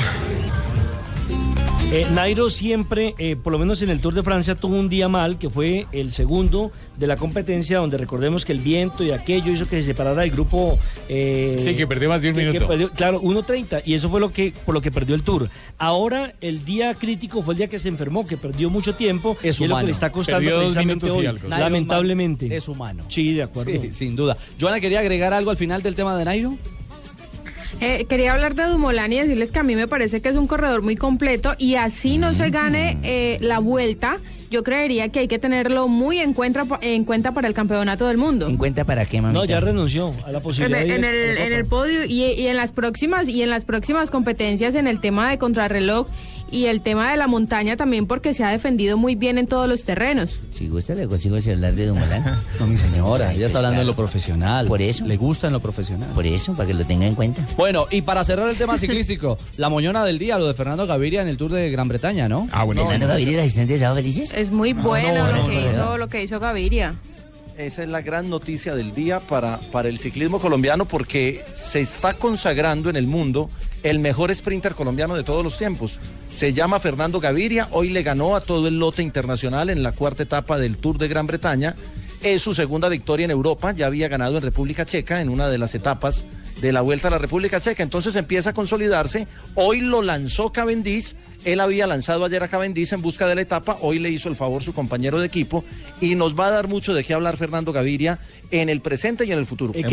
Nairo siempre, por lo menos en el Tour de Francia, tuvo un día mal, que fue el segundo de la competencia, donde recordemos que el viento y aquello hizo que se separara el grupo. Sí, que perdió más de un minuto. Claro, 1:30, y eso fue por lo que perdió el Tour. Ahora, el día crítico fue el día que se enfermó, que perdió mucho tiempo. Es humano. Y es lo que le está costando precisamente hoy, lamentablemente. Es humano. Sí, de acuerdo. Sí, sin duda. Joana, ¿quería agregar algo al final del tema de Nairo? Quería hablar de Dumoulin y decirles que a mí me parece que es un corredor muy completo, y así no se gane la Vuelta, yo creería que hay que tenerlo muy en cuenta para el campeonato del mundo. ¿En cuenta para qué, mamita? No, ya renunció a la posibilidad en el podio y en las próximas competencias, en el tema de contrarreloj y el tema de la montaña también, porque se ha defendido muy bien en todos los terrenos. Si gusta, le consigo el celular de Dumoulin. No, mi señora, ella está hablando de lo profesional. Por eso. Le gusta en lo profesional. Por eso, para que lo tenga en cuenta. Bueno, y para cerrar el tema ciclístico, la moñona del día, lo de Fernando Gaviria en el Tour de Gran Bretaña, ¿no? Bueno. ¿Fernando Gaviria, el asistente de Sábado Felices? Es muy bueno lo que hizo Gaviria. Esa es la gran noticia del día para el ciclismo colombiano, porque se está consagrando en el mundo el mejor sprinter colombiano de todos los tiempos. Se llama Fernando Gaviria, hoy le ganó a todo el lote internacional en la cuarta etapa del Tour de Gran Bretaña. Es su segunda victoria en Europa, ya había ganado en República Checa en una de las etapas de la Vuelta a la República Checa, entonces empieza a consolidarse. Hoy lo lanzó Cavendish, él había lanzado ayer a Cavendish en busca de la etapa, hoy le hizo el favor su compañero de equipo, y nos va a dar mucho de qué hablar Fernando Gaviria en el presente y en el futuro. ¿Qué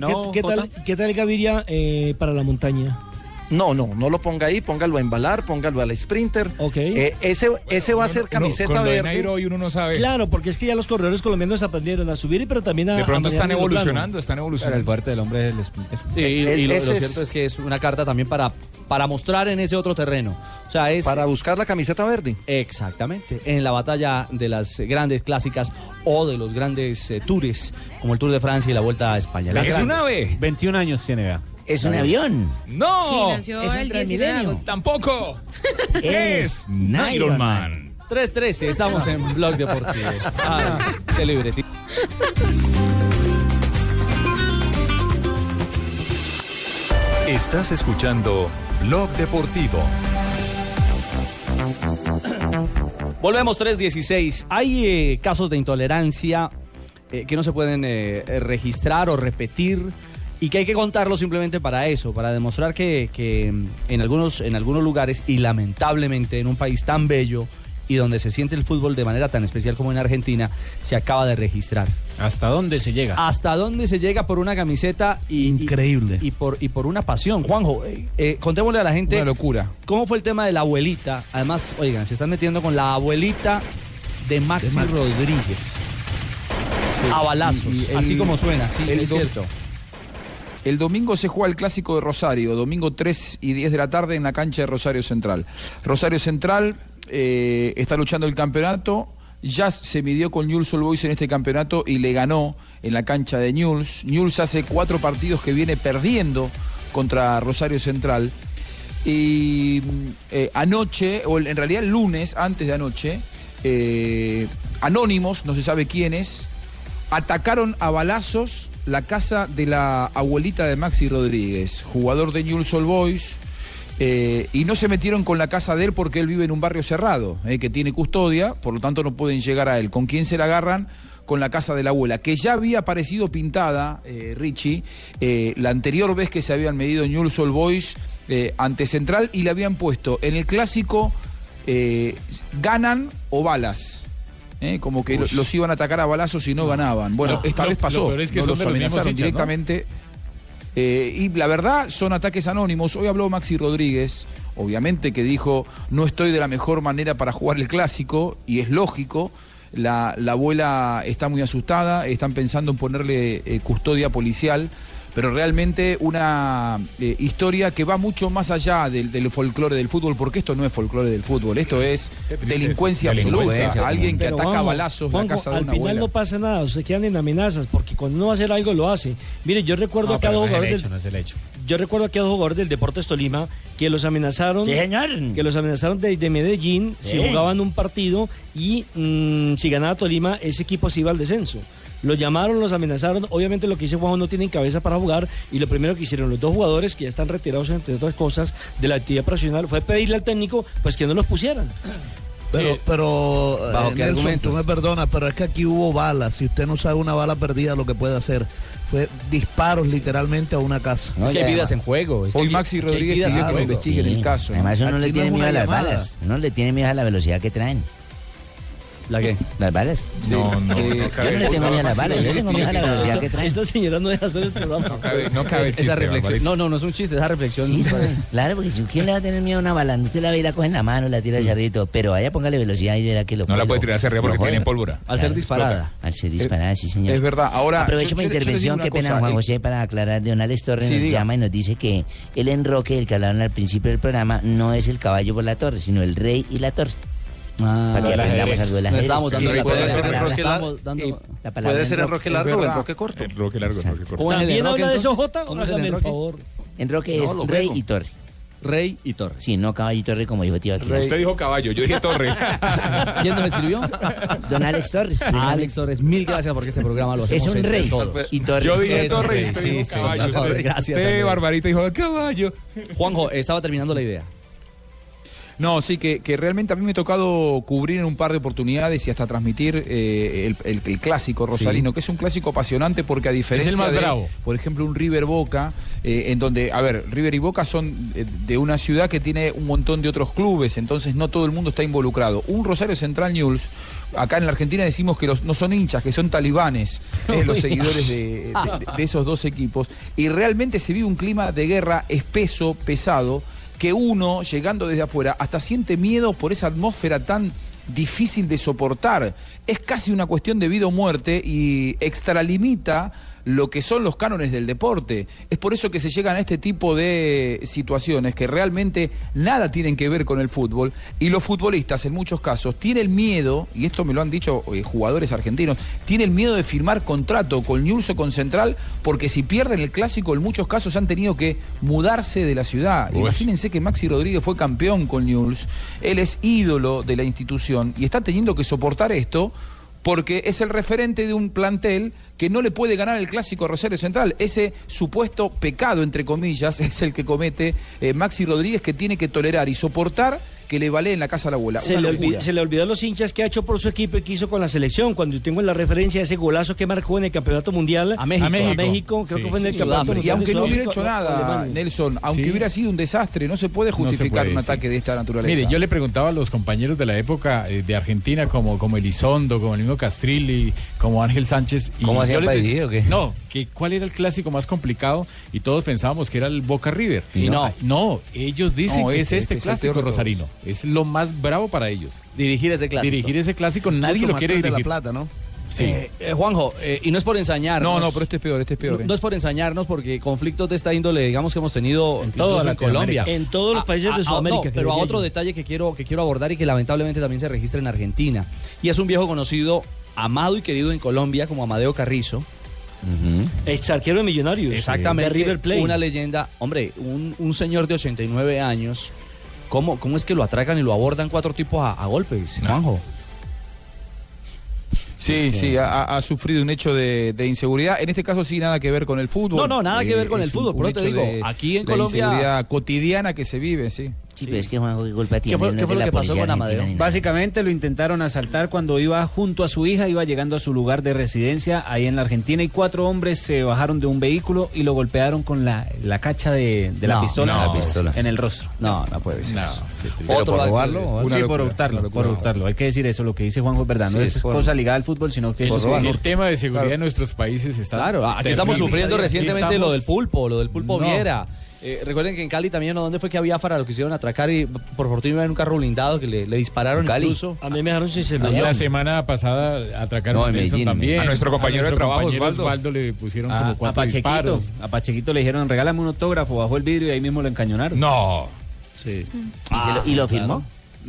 tal Gaviria para la montaña? No lo ponga ahí, póngalo a embalar, póngalo al sprinter. Okay. Ese va a ser camiseta verde. Nairo y uno no sabe. Claro, porque es que ya los corredores colombianos aprendieron a subir, pero también a... De pronto están evolucionando. Pero el fuerte del hombre es el sprinter. Sí, y lo cierto es que es una carta también para mostrar en ese otro terreno. O sea, es... Para buscar la camiseta verde. Exactamente. En la batalla de las grandes clásicas o de los grandes tours, como el Tour de Francia y la Vuelta a España. Es un ave. 21 años tiene, vea. ¿Es un avión? ¡No! Sí, nació es el 19 de agosto. ¡Tampoco! Es Ironman. 3:13, estamos en Blog Deportivo. Celebrity. Estás escuchando Blog Deportivo. Volvemos 3:16. Hay casos de intolerancia que no se pueden registrar o repetir, y que hay que contarlo simplemente para eso, para demostrar que en algunos lugares, y lamentablemente en un país tan bello y donde se siente el fútbol de manera tan especial como en Argentina, se acaba de registrar. ¿Hasta dónde se llega? Hasta dónde se llega por una camiseta increíble y por una pasión. Juanjo, contémosle a la gente. Una locura. ¿Cómo fue el tema de la abuelita? Además, oigan, se están metiendo con la abuelita de Maxi Rodríguez. Sí. A balazos, así como suena, sí, es cierto. El domingo se juega el Clásico de Rosario, domingo 3:10 de la tarde en la cancha de Rosario Central. Rosario Central está luchando el campeonato, ya se midió con Newell's Old Boys en este campeonato y le ganó en la cancha de Newell's. Newell's hace 4 partidos que viene perdiendo contra Rosario Central. Y anoche, o en realidad el lunes, antes de anoche, anónimos, no se sabe quiénes, atacaron a balazos la casa de la abuelita de Maxi Rodríguez, jugador de Newell's Old Boys, y no se metieron con la casa de él porque él vive en un barrio cerrado, que tiene custodia, por lo tanto no pueden llegar a él. ¿Con quién se la agarran? Con la casa de la abuela, que ya había aparecido pintada, Richie, la anterior vez que se habían medido Newell's Old Boys ante Central, y le habían puesto en el clásico ganan o balas. Como que los iban a atacar a balazos y no ganaban. Bueno, esta vez pasó, es que no los amenazaron hinchas, directamente. ¿No? Y la verdad son ataques anónimos. Hoy habló Maxi Rodríguez, obviamente que dijo, no estoy de la mejor manera para jugar el clásico, y es lógico. La abuela está muy asustada, están pensando en ponerle custodia policial, pero realmente una historia que va mucho más allá del folclore del fútbol, porque esto no es folclore del fútbol, esto es delincuencia absoluta. Alguien que ataca a balazos la casa de una abuela. Al final no pasa nada, se quedan en amenazas, porque cuando uno va a hacer algo lo hace. Mire, yo recuerdo que a dos jugadores del Deportes Tolima que los amenazaron. Sí, señor. Que los amenazaron desde Medellín, si jugaban un partido y si ganaba Tolima, ese equipo se iba al descenso. Los llamaron, los amenazaron. Obviamente lo que dice Juanjo, no tienen cabeza para jugar, y lo primero que hicieron los dos jugadores, que ya están retirados entre otras cosas de la actividad profesional, fue pedirle al técnico pues que no los pusieran. Pero ¿bajo qué Nelson, argumentos? tú me perdonas, pero es que aquí hubo balas. Si usted no sabe una bala perdida, lo que puede hacer fue disparos literalmente a una casa. No, es que hay vidas en juego. Hoy Maxi Rodríguez pidió que investiguen el caso. Además uno no le tiene miedo a las llamada. balas, uno le tiene miedo a la velocidad que traen. ¿La qué? ¿Las balas? No, yo no le tengo miedo a las balas, yo tengo miedo a la velocidad que traen. Esta señora no deja hacer el programa. No cabe esa chiste, reflexión. No es un chiste, esa reflexión. Sí, claro, porque si ¿quién le va a tener miedo a una bala? Usted la ve y la coge en la mano, la tira hacia arriba y todo, pero vaya, póngale velocidad y verá que lo No la puede tirar hacia arriba porque tiene pólvora. Al ser disparada. Al ser disparada, sí, señor. Es verdad. Ahora aprovecho mi intervención, qué pena, Juan José, para aclarar. Don Alex Torres nos llama y nos dice que el enroque del que hablaron al principio del programa no es el caballo por la torre, sino el rey y la torre. Para que aprendamos algo de la gente. Estábamos dando la Puede ser enroque largo, puede ser enroque largo o enroque corto. Enroque largo. ¿También habla de eso, Jota? Hágame el favor. Enroque es rey y torre. Rey y torre. Sí, no caballo y torre como dijo tío aquí. Usted dijo caballo, yo dije torre. ¿Quién nos escribió? Don Alex Torres. Alex Torres, mil gracias porque este programa lo hacemos. Es un rey todos. y torre. Yo dije torre y usted dijo caballo. Gracias. Usted, Barbarita, dijo caballo. Juanjo, estaba terminando la idea. No, sí, que realmente a mí me ha tocado cubrir en un par de oportunidades y hasta transmitir el clásico rosarino, que es un clásico apasionante porque a diferencia es el más bravo. Por ejemplo, un River Boca, en donde, a ver, River y Boca son de una ciudad que tiene un montón de otros clubes, entonces no todo el mundo está involucrado. Un Rosario Central Newell's, acá en la Argentina decimos que no son hinchas, que son talibanes, los seguidores de esos dos equipos, y realmente se vive un clima de guerra espeso, pesado, que uno, llegando desde afuera, hasta siente miedo por esa atmósfera tan difícil de soportar. Es casi una cuestión de vida o muerte y extralimita lo que son los cánones del deporte. Es por eso que se llegan a este tipo de situaciones que realmente nada tienen que ver con el fútbol, y los futbolistas en muchos casos tienen miedo, y esto me lo han dicho jugadores argentinos, tienen miedo de firmar contrato con Newell's o con Central, porque si pierden el clásico en muchos casos han tenido que mudarse de la ciudad. Imagínense que Maxi Rodríguez fue campeón con Newell's, él es ídolo de la institución y está teniendo que soportar esto porque es el referente de un plantel que no le puede ganar el clásico a Rosario Central. Ese supuesto pecado, entre comillas, es el que comete Maxi Rodríguez, que tiene que tolerar y soportar que le vale en la casa a la abuela. Se le olvidó a los hinchas que ha hecho por su equipo y que hizo con la selección. Cuando yo tengo en la referencia ese golazo que marcó en el Campeonato Mundial a México, creo que fue en el Campeonato Mundial. Y aunque no hubiera hecho nada, Nelson, aunque hubiera sido un desastre, no se puede justificar un ataque de esta naturaleza. Mire, yo le preguntaba a los compañeros de la época de Argentina, como Elizondo, como el mismo Castrilli, como Ángel Sánchez. Y ¿cómo hacían parecido o qué? No, que cuál era el clásico más complicado y todos pensábamos que era el Boca River. Y no, ellos dicen que es este clásico rosarino. Es lo más bravo para ellos. Dirigir ese clásico, nadie lo quiere dirigir. De La Plata, ¿no? Sí. Juanjo, y no es por ensañarnos. No, pero este es peor. No es por ensañarnos, porque conflictos de esta índole, digamos, que hemos tenido en toda la Colombia. En todos los países de Sudamérica. No, pero a otro detalle que quiero abordar y que lamentablemente también se registra en Argentina. Y es un viejo conocido, amado y querido en Colombia, como Amadeo Carrizo, Ex arquero de Millonarios. Exactamente. De River Plate. Una leyenda. Hombre, un señor de 89 años. ¿Cómo es que lo atracan y lo abordan 4 tipos a golpes, Juanjo? Sí, ha sufrido un hecho de inseguridad. En este caso sí, nada que ver con el fútbol. No, nada que ver con el fútbol. Pero te digo, aquí en Colombia... inseguridad cotidiana que se vive, sí. Sí, pero es que Juanjo, ¿qué culpa tiene? ¿Qué fue lo que pasó con Amadeo? Básicamente lo intentaron asaltar cuando iba junto a su hija, iba llegando a su lugar de residencia ahí en la Argentina y 4 hombres se bajaron de un vehículo y lo golpearon con la cacha de la pistola en el rostro. No puede ser. ¿Otro por robarlo? Sí, por hurtarlo. Hay que decir eso, lo que dice Juanjo es verdad. No es cosa ligada al fútbol, sino que el tema de seguridad en nuestros países está... Claro, aquí estamos sufriendo recientemente lo del pulpo Viera. Recuerden que en Cali también, ¿dónde fue que había Fara? Lo quisieron atracar y por fortuna iba en un carro blindado que le dispararon incluso. A mí me dejaron sin celular. La semana pasada atracaron a Medellín también. A nuestro compañero de trabajo, Osvaldo, le pusieron como 4 disparos. A Pachequito le dijeron, regálame un autógrafo, bajó el vidrio y ahí mismo lo encañonaron. No. Sí. ¿Y lo firmó?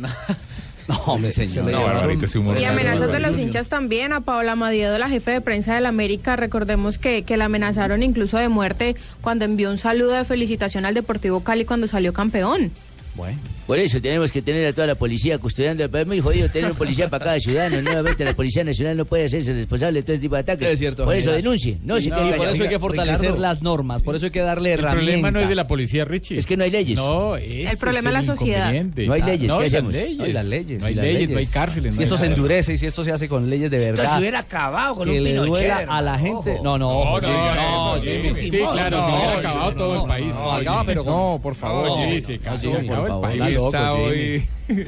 No, mi señor. Y amenazas de los hinchas también. A Paola Madiedo, la jefe de prensa del América, recordemos que la amenazaron incluso de muerte cuando envió un saludo de felicitación al Deportivo Cali cuando salió campeón. Bueno. Por eso tenemos que tener a toda la policía custodiando el país. Muy jodido tener un policía para cada ciudadano. Nuevamente la Policía Nacional no puede hacerse responsable de todo este tipo de ataques. Es cierto. Por eso denuncie. Por eso hay que fortalecer las normas. Por eso hay que darle herramientas. El problema no es de la policía, Richie. Es que no hay leyes. No, el problema es la sociedad. No hay leyes. ¿Qué hacemos? No hay las leyes. No hay leyes, no hay cárceles. Si esto se endurece y si esto se hace con leyes de verdad. Esto se hubiera acabado con un Pinochet. Que le duela a la gente. No. Sí, claro, se hubiera acabado todo el país. No, por favor. Sí, se acabó el país. Está hoy...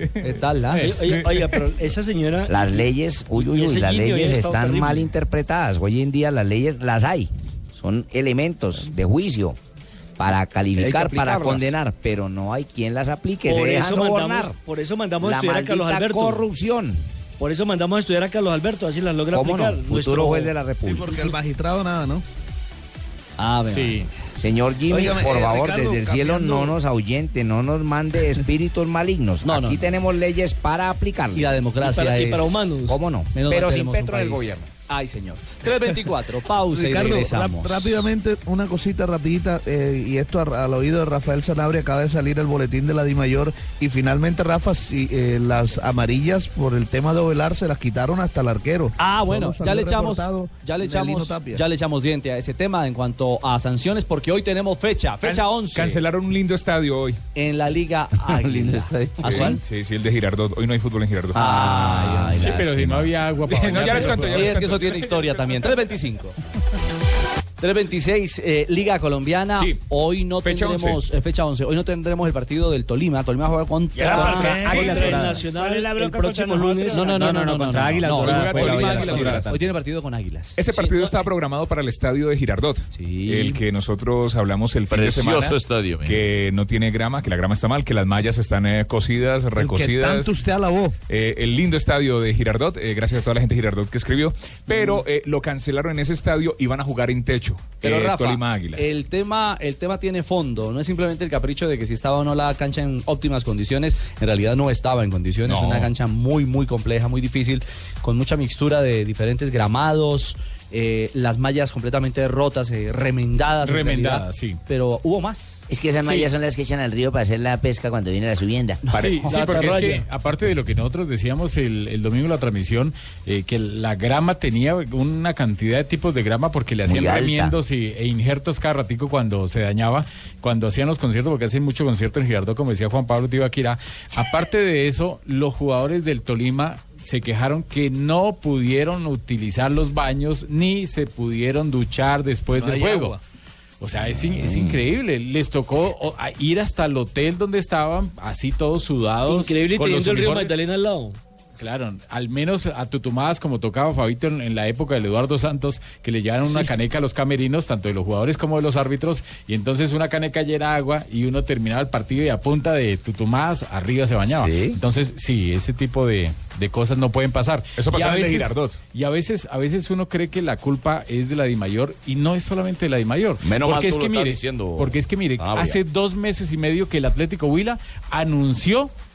Oye, pero esa señora... Las leyes, las leyes están mal interpretadas. Hoy en día las leyes las hay. Son elementos de juicio para calificar, para condenar, pero no hay quien las aplique. Se dejan sobornar. Por eso mandamos a estudiar a Carlos Alberto. Corrupción. Por eso mandamos a estudiar a Carlos Alberto, así las logra aplicar. No? Futuro juez de la República. Sí, porque el magistrado nada, ¿no? Sí. Señor Jimmy, óigame, por favor, Ricardo, desde el cielo no nos ahuyente, no nos mande espíritus malignos. Aquí tenemos leyes para aplicarlas. Y la democracia y para humanos. ¿Cómo no? Pero sin Petro en el gobierno. Ay, señor. 3:24, pausa Ricardo, y regresamos. Rápidamente, una cosita rapidita, y esto al oído de Rafael Sanabria, acaba de salir el boletín de la DIMAYOR, y finalmente, Rafa, las amarillas por el tema de Ovelar se las quitaron hasta el arquero. Bueno, ya le echamos diente a ese tema en cuanto a sanciones, porque hoy tenemos fecha 11. Cancelaron un lindo estadio hoy. En la Liga Águila. Un lindo estadio. Sí, el de Girardot. Hoy no hay fútbol en Girardot. Sí, pero si no había agua para no, ya les cuento. Es que eso tiene historia también. 3:25. 3:26, Liga Colombiana. Sí. Hoy no tendremos fecha 11. Hoy no tendremos el partido del Tolima. Tolima juega contra Águilas Doradas. El próximo lunes. No, contra Águilas Doradas. Hoy tiene partido con Águilas. Ese partido estaba programado para el estadio de Girardot. Sí. El que nosotros hablamos el fin de semana. Precioso estadio. Que no tiene grama, que la grama está mal, que las mallas están cosidas, recosidas. Que tanto usted alabó. El lindo estadio de Girardot, gracias a toda la gente de Girardot que escribió. Pero lo cancelaron en ese estadio y van a jugar en techo. Pero Rafa, Tolima Águilas. El tema tiene fondo, no es simplemente el capricho de que si estaba o no la cancha en óptimas condiciones, en realidad no estaba en condiciones, una cancha muy muy compleja, muy difícil, con mucha mixtura de diferentes gramados, las mallas completamente rotas, remendadas, sí. Pero hubo más. Es que esas mallas son las que echan al río para hacer la pesca cuando viene la subienda. Sí, porque es que, aparte de lo que nosotros decíamos el domingo en la transmisión, que la grama tenía una cantidad de tipos de grama porque le hacían remiendos e injertos cada ratico cuando se dañaba, cuando hacían los conciertos, porque hacen mucho concierto en Girardot, como decía Juan Pablo Tibaquirá. Aparte de eso, los jugadores del Tolima se quejaron que no pudieron utilizar los baños ni se pudieron duchar después del juego. Agua. O sea, es increíble. Les tocó ir hasta el hotel donde estaban, así todos sudados. Increíble, teniendo el río Magdalena al lado. Claro, al menos a tutumadas como tocaba Fabito en la época del Eduardo Santos, que le llevaron una caneca a los camerinos, tanto de los jugadores como de los árbitros, y entonces una caneca llena de agua y uno terminaba el partido y a punta de tutumadas arriba se bañaba. ¿Sí? Entonces, sí, ese tipo de cosas no pueden pasar. Eso pasa en el Girardot. Y a veces uno cree que la culpa es de la DIMAYOR y no es solamente de la DIMAYOR. Menos porque mal es que mire, hace 2 meses y medio que el Atlético Huila anunció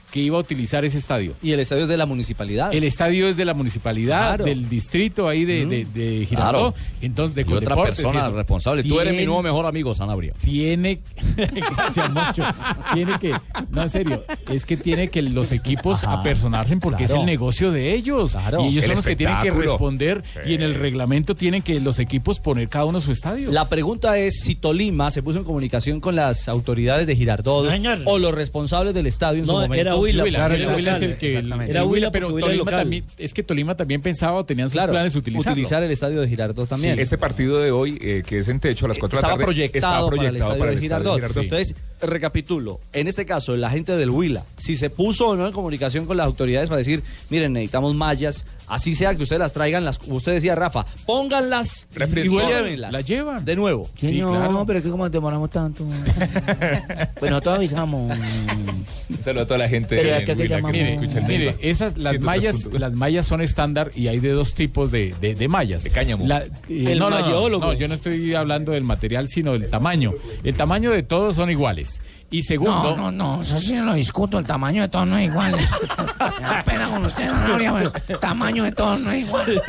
que iba a utilizar ese estadio. ¿Y el estadio es de la municipalidad? El estadio es de la municipalidad, del distrito ahí de Girardot. Entonces, de otra persona responsable. Tú eres mi nuevo mejor amigo, Sanabria. Gracias, Moncho. No, en serio, es que tiene que los equipos apersonarse porque es el negocio de ellos. Y ellos son los que tienen que responder y en el reglamento tienen que los equipos poner cada uno su estadio. La pregunta es si Tolima se puso en comunicación con las autoridades de Girardot o los responsables del estadio en su momento. Era Huila. Claro, Huila es el que... Era Huila, pero Tolima también, es que Tolima también pensaba o tenían sus planes utilizar el estadio de Girardot también. Sí, este partido de hoy, que es en techo a las 4 de la tarde, estaba proyectado para el estadio de Girardot. Sí. Entonces, recapitulo, en este caso, la gente del Huila, si se puso o no en comunicación con las autoridades para decir, miren, necesitamos mallas, así sea que ustedes las traigan, usted decía, Rafa, pónganlas y llévenlas. Las llevan. De nuevo. Sí, no, claro. Pero es que como demoramos tanto. Pues nosotros avisamos. Un saludo a toda la gente de Huila que escucha el Mire, las mallas son estándar y hay de dos tipos de mallas. De cáñamo. No, yo no estoy hablando del material, sino del tamaño. El tamaño de todos son iguales. Y segundo... No, eso sí no lo discuto, el tamaño de todos no es igual. Me da pena con usted, Sanabria, pero el tamaño de todos no es igual.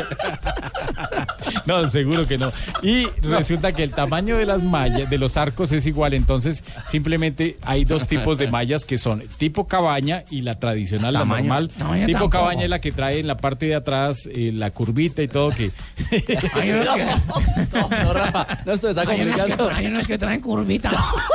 No, seguro que no. Y resulta que el tamaño de las mallas, de los arcos es igual, entonces simplemente hay dos tipos de mallas que son tipo cabaña y la tradicional, la normal. Tipo cabaña es la que trae en la parte de atrás la curvita y todo que... No, Rafa, no esto está complicando. Hay unos que traen curvita.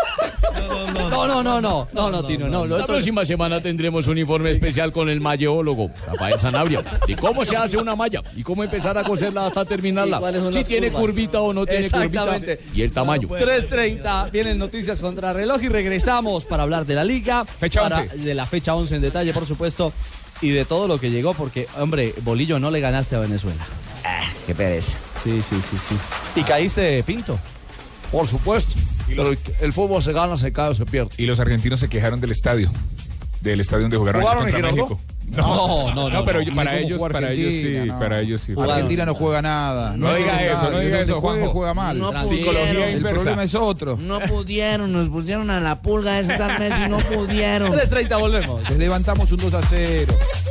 No, Tino, no. La próxima semana tendremos un informe especial con el malleólogo, Rafael Sanabria, de cómo se hace una malla y cómo empezar a coserla hasta terminarla. Si tiene curvita o no tiene curvita. Y el tamaño. 3:30, vienen noticias contra reloj y regresamos para hablar de la liga. De la fecha 11 en detalle, por supuesto, y de todo lo que llegó, porque, hombre, Bolillo, no le ganaste a Venezuela. Qué pereza. Sí. ¿Y caíste de Pinto? Por supuesto. Pero el fútbol se gana, se cae o se pierde. Y los argentinos se quejaron del estadio donde jugaron contra México. No, pero para ellos sí. Argentina no juega nada. No diga eso, juega mal. No psicología inversa. El problema es otro. No pudieron, nos pusieron a la pulga esta vez y no pudieron. 3:30, volvemos. Les levantamos un 2-0.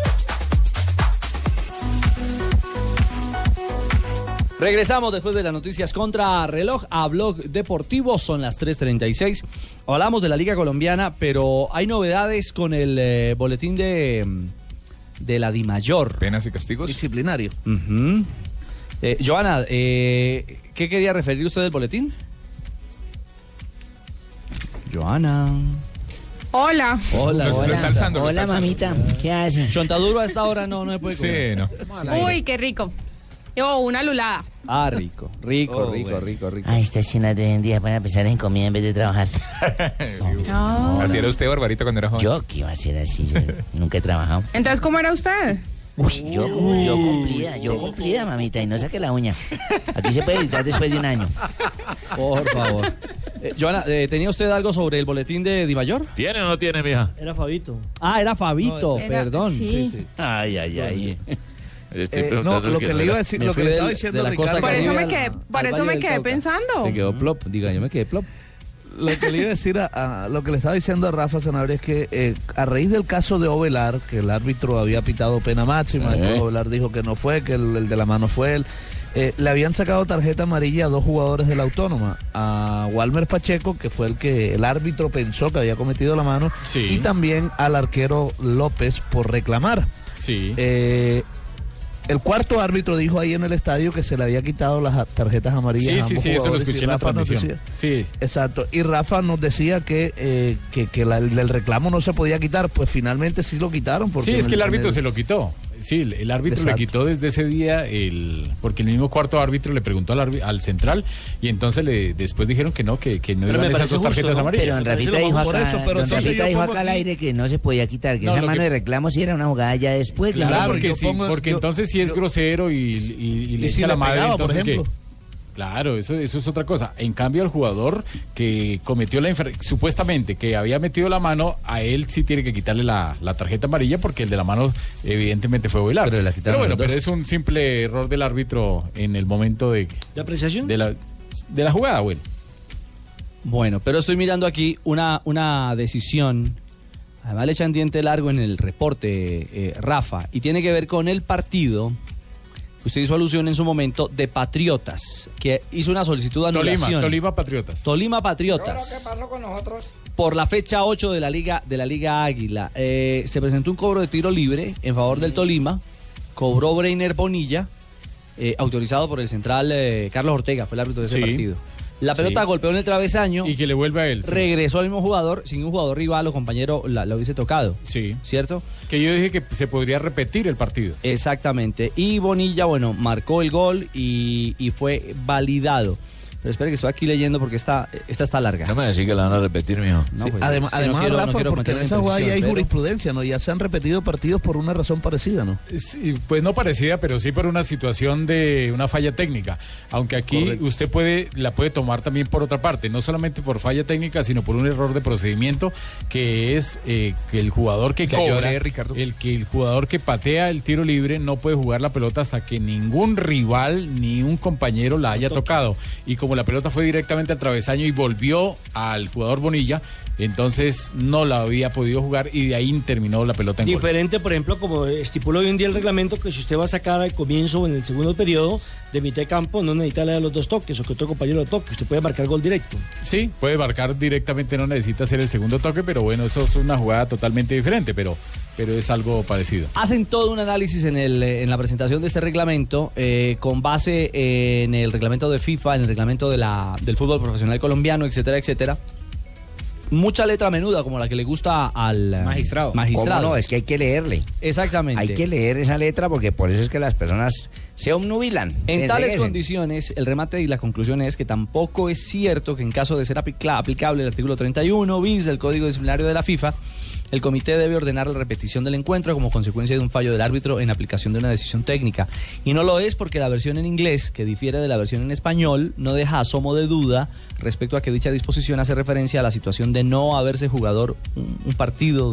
Regresamos después de las noticias contra reloj a Blog Deportivo, son las 3:36. Hablamos de la Liga Colombiana, pero hay novedades con el boletín de la DIMAYOR. Penas y castigos. Disciplinario. Joana, ¿qué quería referir usted del boletín? Joana. Hola. Lo está alzando. Hola, mamita. ¿Qué hace? Chontaduro a esta hora no se puede comer. Sí, no. Uy, qué rico. Una lulada. Ah, rico. Estas cenas de hoy en día van a pensar en comida en vez de trabajar. No. Así era usted, Barbarita, cuando era joven. Yo, ¿qué iba a ser así? Yo nunca he trabajado. Entonces, ¿cómo era usted? Yo cumplida, mamita, y no saque la uña. Aquí se puede editar después de un año. Por favor. Joana, ¿tenía usted algo sobre el boletín de DIMAYOR? ¿Tiene o no tiene, mija? Era Fabito. Ah, era Fabito, perdón. Sí. Ay. Lo que le iba a decir, lo que le estaba diciendo Ricardo. Por eso me quedé pensando. Se quedó plop, yo me quedé plop. Lo que le iba a decir lo que le estaba diciendo a Rafa Sanabria es que a raíz del caso de Ovelar, que el árbitro había pitado pena máxima, después Ovelar dijo que no fue, que el de la mano fue él, le habían sacado tarjeta amarilla a dos jugadores de la Autónoma, a Walmer Pacheco, que fue el que el árbitro pensó que había cometido la mano, y también al arquero López por reclamar. Sí. El cuarto árbitro dijo ahí en el estadio que se le había quitado las tarjetas amarillas a ambos jugadores. Eso lo escuché en la transmisión. Sí. Exacto. Y Rafa nos decía que el del reclamo no se podía quitar. Pues finalmente sí lo quitaron. Porque es que el árbitro se lo quitó. Sí, el árbitro le quitó desde ese día, porque el mismo cuarto árbitro le preguntó al central y entonces después dijeron que no iban esas dos tarjetas amarillas. Pero Rafita dijo acá al aire que no se podía quitar, que esa mano de reclamo sí era una jugada ya después. Claro, porque entonces sí es grosero y le echa la madre, por ejemplo. Claro, eso es otra cosa. En cambio, el jugador que cometió supuestamente que había metido la mano, a él sí tiene que quitarle la tarjeta amarilla porque el de la mano evidentemente fue Ovelar. Pero es un simple error del árbitro en el momento de apreciación de la jugada, Bueno, pero estoy mirando aquí una decisión Además le echan diente largo en el reporte, Rafa, y tiene que ver con el partido. Usted hizo alusión en su momento de Patriotas, que hizo una solicitud de anulación. Tolima Patriotas. Tolima Patriotas. ¿Qué pasó con nosotros? Por la fecha 8 de la Liga Águila. Se presentó un cobro de tiro libre en favor del Tolima. Cobró Breiner Bonilla, autorizado por el central Carlos Ortega, fue el árbitro de ese partido. La pelota golpeó en el travesaño. Y que le vuelve a él. Sí. Regresó al mismo jugador, sin un jugador rival o compañero la hubiese tocado. Sí. ¿Cierto? Que yo dije que se podría repetir el partido. Exactamente. Y Bonilla, marcó el gol y fue validado. Pero espere que estoy aquí leyendo porque esta está larga. No me decís que la van a repetir, mijo. No, pues, además, Rafa, porque en esa jugada ya hay jurisprudencia, ¿no? Ya se han repetido partidos por una razón parecida, ¿no? Sí, pues no parecida, pero sí por una situación de una falla técnica. Aunque aquí usted la puede tomar también por otra parte, no solamente por falla técnica, sino por un error de procedimiento, que es que el jugador que cobra, el jugador que patea el tiro libre no puede jugar la pelota hasta que ningún rival ni un compañero la haya tocado. Y como la pelota fue directamente al travesaño y volvió al jugador Bonilla, entonces no la había podido jugar y de ahí terminó la pelota en gol. Diferente, por ejemplo, como estipula hoy en día el reglamento, que si usted va a sacar al comienzo o en el segundo periodo de mitad de campo, no necesita leer los dos toques o que otro compañero lo toque, usted puede marcar gol directo. Sí, puede marcar directamente, no necesita hacer el segundo toque, pero bueno, eso es una jugada totalmente diferente, pero es algo parecido. Hacen todo un análisis en la presentación de este reglamento, con base en el reglamento de FIFA, en el reglamento del fútbol profesional colombiano, etcétera, etcétera. Mucha letra menuda, como la que le gusta al magistrado. ¿Cómo no? Es que hay que leerle. Exactamente. Hay que leer esa letra porque por eso es que las personas se obnubilan. En tales condiciones, el remate y la conclusión es que tampoco es cierto que en caso de ser aplicable el artículo 31 bis del Código Disciplinario de la FIFA, el comité debe ordenar la repetición del encuentro como consecuencia de un fallo del árbitro en aplicación de una decisión técnica. Y no lo es porque la versión en inglés, que difiere de la versión en español, no deja asomo de duda respecto a que dicha disposición hace referencia a la situación de no haberse jugado un partido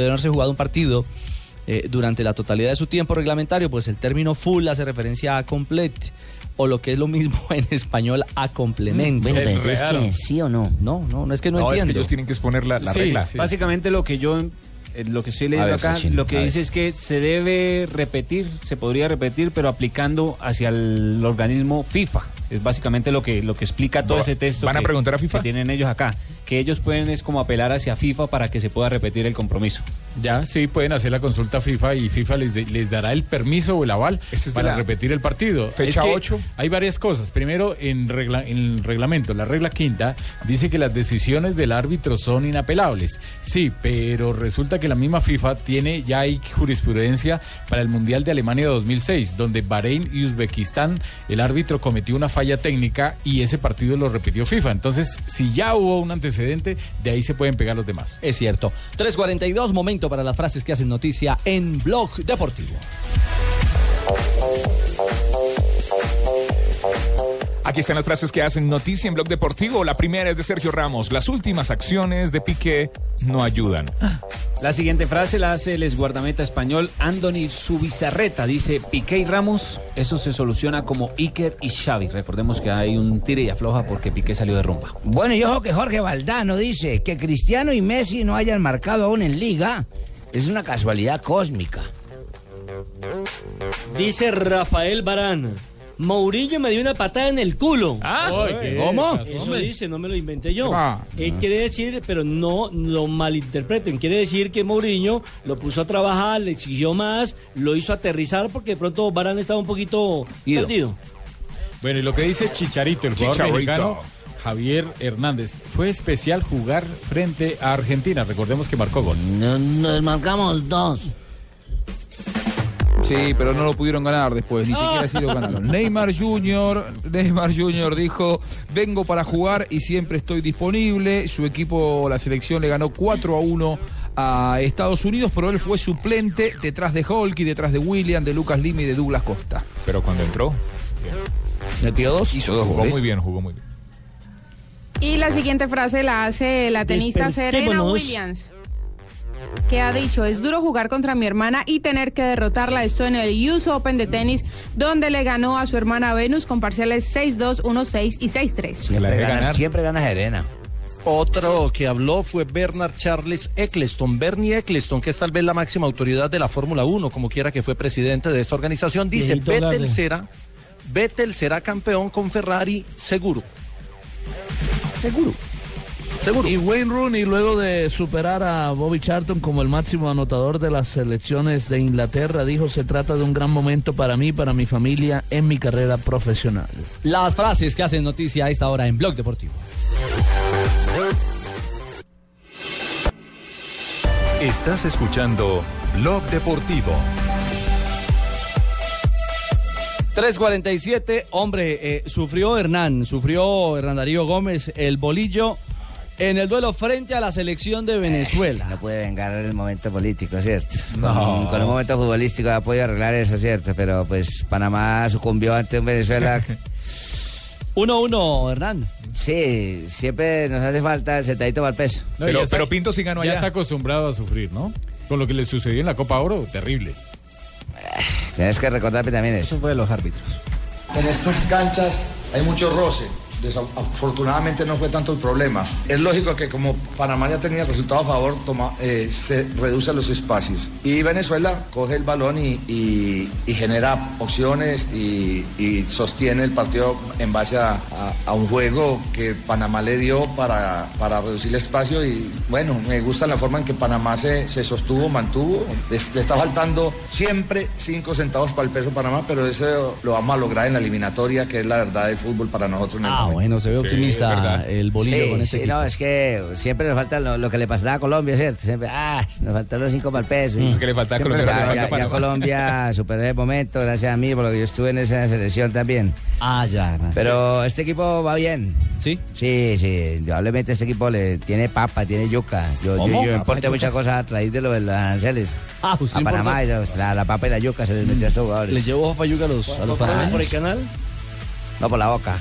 durante la totalidad de su tiempo reglamentario, pues el término full hace referencia a complete, o lo que es lo mismo en español, a complemento. Bueno, pero es que sí o no. No es que no entiendo. Es que ellos tienen que exponer la regla. Sí. Básicamente lo que estoy leyendo acá, lo que dice es que se debe repetir, se podría repetir, pero aplicando hacia el organismo FIFA. Es básicamente lo que explica todo ese texto. ¿Van a preguntar a FIFA? Que tienen ellos acá. Que ellos pueden es como apelar hacia FIFA para que se pueda repetir el compromiso. Ya, sí, pueden hacer la consulta a FIFA y FIFA les dará el permiso o el aval para repetir el partido. Fecha 8. Hay varias cosas. Primero, en el reglamento, la regla quinta, dice que las decisiones del árbitro son inapelables. Sí, pero resulta que la misma FIFA hay jurisprudencia para el Mundial de Alemania 2006, donde Bahrein y Uzbekistán, el árbitro cometió una falla técnica y ese partido lo repitió FIFA. Entonces, si ya hubo un antecedente, de ahí se pueden pegar los demás. Es cierto. 3:42, momento para las frases que hacen noticia en Blog Deportivo. Aquí están las frases que hacen noticia en Blog Deportivo. La primera es de Sergio Ramos. Las últimas acciones de Piqué no ayudan. La siguiente frase la hace el exguardameta español Andoni Zubizarreta. Dice: Piqué y Ramos, eso se soluciona como Iker y Xavi. Recordemos que hay un tire y afloja porque Piqué salió de rumba. Bueno, y ojo que Jorge Valdano dice que Cristiano y Messi no hayan marcado aún en Liga. Es una casualidad cósmica. Dice Rafael Varane: Mourinho me dio una patada en el culo. ¿Cómo? Eso dice, no me lo inventé yo. Él quiere decir, pero no lo malinterpreten, quiere decir que Mourinho lo puso a trabajar, le exigió más, lo hizo aterrizar porque de pronto Varane estaba un poquito perdido. Bueno, y lo que dice Chicharito, el jugador mexicano, Javier Hernández, fue especial jugar frente a Argentina. Recordemos que marcó gol. Nos marcamos 2. Sí, pero no lo pudieron ganar después, ni siquiera así lo ganaron. Neymar Jr. dijo: vengo para jugar y siempre estoy disponible. Su equipo, la selección, le ganó 4-1 a Estados Unidos, pero él fue suplente detrás de Hulk y detrás de William, de Lucas Lima y de Douglas Costa. Pero cuando entró, metió 2, hizo 2 goles. Jugó muy bien. Y la siguiente frase la hace la tenista Serena Williams, que ha dicho: es duro jugar contra mi hermana y tener que derrotarla. Esto en el US Open de tenis, donde le ganó a su hermana Venus con parciales 6-2, 1-6 y 6-3. Siempre gana Serena. Otro que habló fue Bernard Charles Eccleston, Bernie Eccleston, que es tal vez la máxima autoridad de la Fórmula 1, como quiera que fue presidente de esta organización. Dice, Vettel será campeón con Ferrari seguro. Seguro. Y Wayne Rooney, luego de superar a Bobby Charlton como el máximo anotador de las selecciones de Inglaterra, dijo: se trata de un gran momento para mí, para mi familia, en mi carrera profesional. Las frases que hacen noticia a esta hora en Blog Deportivo. Estás escuchando Blog Deportivo. 3:47, hombre, sufrió Hernán Darío Gómez el bolillo en el duelo frente a la selección de Venezuela. No puede vengar el momento político, ¿cierto? No. Con un momento futbolístico ha podido arreglar eso, ¿cierto? Pero pues Panamá sucumbió ante un Venezuela. 1-1, Hernán. Sí, siempre nos hace falta el sentadito para el peso. No, pero Pinto sí ganó allá. Ya está acostumbrado a sufrir, ¿no? Con lo que le sucedió en la Copa Oro, terrible. Tienes que recordarme también eso. Eso fue de los árbitros. En estas canchas hay mucho roce. Desafortunadamente no fue tanto el problema. Es lógico que como Panamá ya tenía el resultado a favor, se reducen los espacios. Y Venezuela coge el balón y genera opciones y sostiene el partido en base a un juego que Panamá le dio para reducir el espacio. Y bueno, me gusta la forma en que Panamá se sostuvo, mantuvo. Le está faltando siempre 5 centavos para el peso Panamá, pero eso lo vamos a lograr en la eliminatoria, que es la verdad del fútbol para nosotros en el momento. Bueno, se ve optimista el bolillo con este equipo. No, es que siempre nos falta lo que le pasaba a Colombia, ¿cierto? Siempre, nos faltaron los 5 para el peso. Es que le falta a Colombia. Ya Colombia superó el momento, gracias a mí, por lo que yo estuve en esa selección también. Ya. Pero este equipo va bien. ¿Sí? Sí, indudablemente este equipo tiene papa, tiene yuca. Yo importé muchas cosas a raíz de lo de los aranceles. A Panamá, la papa y la yuca se les metió a estos jugadores. ¿Les llevó papa y yuca a los panameños? ¿Por el canal? No, por la boca.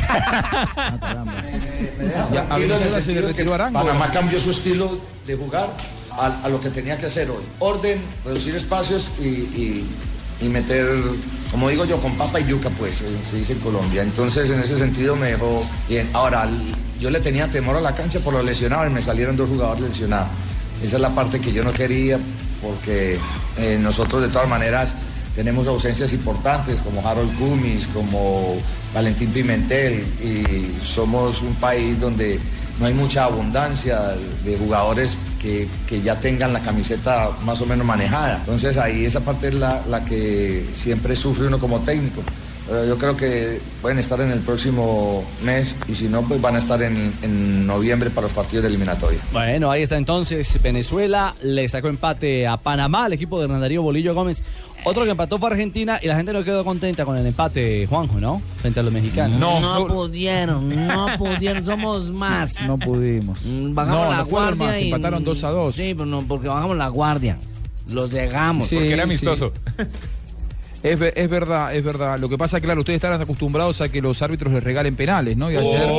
Panamá cambió su estilo de jugar a lo que tenía que hacer hoy. Orden, reducir espacios y meter, como digo yo, con papa y yuca, pues, se dice en Colombia. Entonces, en ese sentido me dejó bien. Ahora, yo le tenía temor a la cancha por los lesionados y me salieron 2 jugadores lesionados. Esa es la parte que yo no quería, porque nosotros de todas maneras tenemos ausencias importantes como Harold Cummings, como Valentín Pimentel, y somos un país donde no hay mucha abundancia de jugadores que ya tengan la camiseta más o menos manejada. Entonces ahí esa parte es la que siempre sufre uno como técnico. Pero yo creo que pueden estar en el próximo mes y si no, pues van a estar en noviembre para los partidos de eliminatoria. Bueno, ahí está entonces. Venezuela le sacó empate a Panamá, al equipo de Hernán Darío Bolillo Gómez. Otro que empató fue Argentina y la gente no quedó contenta con el empate, Juanjo, ¿no? Frente a los mexicanos. No pudieron, somos más. No pudimos. Bajamos la guardia más, empataron 2-2. Sí, pero no, porque bajamos la guardia. Los dejamos. Sí, porque era amistoso. Sí. Es verdad. Lo que pasa, claro, ustedes están acostumbrados a que los árbitros les regalen penales, ¿no? Y ayer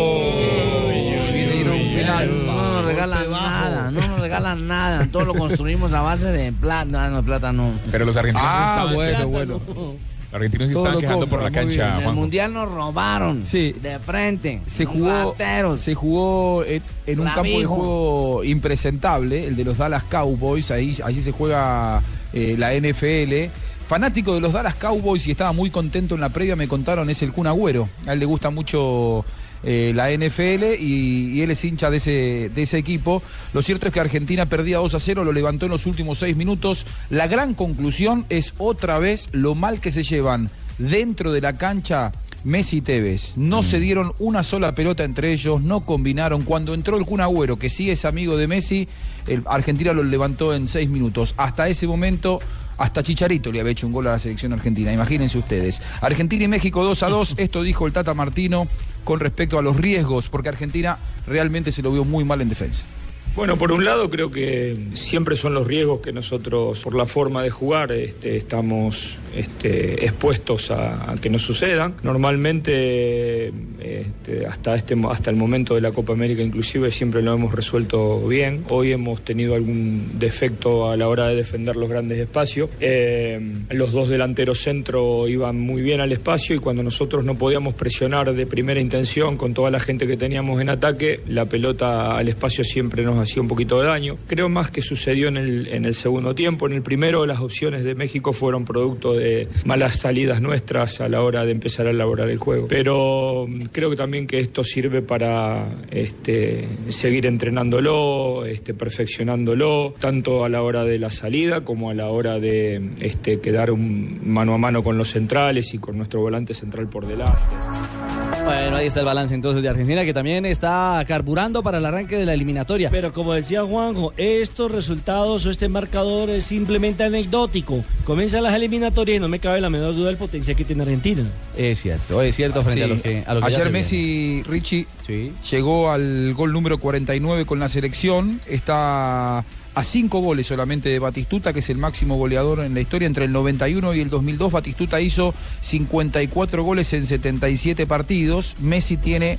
dieron un penal. No nos regalan nada. Todo lo construimos a base de plata. No, plata no. Pero los argentinos estaban... Bueno. Los argentinos estaban quejando por la cancha. En el Mundial nos robaron. Sí. De frente. Se jugó en un campo de juego impresentable, el de los Dallas Cowboys. Allí se juega la NFL. Fanático de los Dallas Cowboys y estaba muy contento en la previa, me contaron, es el Kun Agüero. A él le gusta mucho la NFL y él es hincha de ese equipo. Lo cierto es que Argentina perdía 2-0, lo levantó en los últimos 6 minutos. La gran conclusión es otra vez lo mal que se llevan dentro de la cancha Messi y Tevez. No se dieron una sola pelota entre ellos, no combinaron. Cuando entró el Kun Agüero, que sí es amigo de Messi, Argentina lo levantó en 6 minutos. Hasta ese momento... Hasta Chicharito le había hecho un gol a la selección argentina, imagínense ustedes. Argentina y México 2-2, esto dijo el Tata Martino con respecto a los riesgos, porque Argentina realmente se lo vio muy mal en defensa. Bueno, por un lado creo que siempre son los riesgos que nosotros, por la forma de jugar, estamos expuestos a que no sucedan. Normalmente hasta el momento de la Copa América inclusive siempre lo hemos resuelto bien. Hoy hemos tenido algún defecto a la hora de defender los grandes espacios. Los dos delanteros centro iban muy bien al espacio y cuando nosotros no podíamos presionar de primera intención con toda la gente que teníamos en ataque, la pelota al espacio siempre nos hacía un poquito de daño. Creo más que sucedió en el segundo tiempo. En el primero las opciones de México fueron producto de malas salidas nuestras a la hora de empezar a elaborar el juego. Pero creo que también que esto sirve para seguir entrenándolo, perfeccionándolo, tanto a la hora de la salida como a la hora de quedar un mano a mano con los centrales y con nuestro volante central por delante. Bueno, ahí está el balance entonces de Argentina, que también está carburando para el arranque de la eliminatoria. Pero como decía Juanjo, estos resultados o este marcador es simplemente anecdótico. Comienzan las eliminatorias y no me cabe la menor duda del potencial que tiene Argentina. Es cierto frente a lo que ayer Messi, Richie, llegó al gol número 49 con la selección. Está a 5 goles solamente de Batistuta, que es el máximo goleador en la historia. Entre el 91 y el 2002 Batistuta hizo 54 goles en 77 partidos. Messi tiene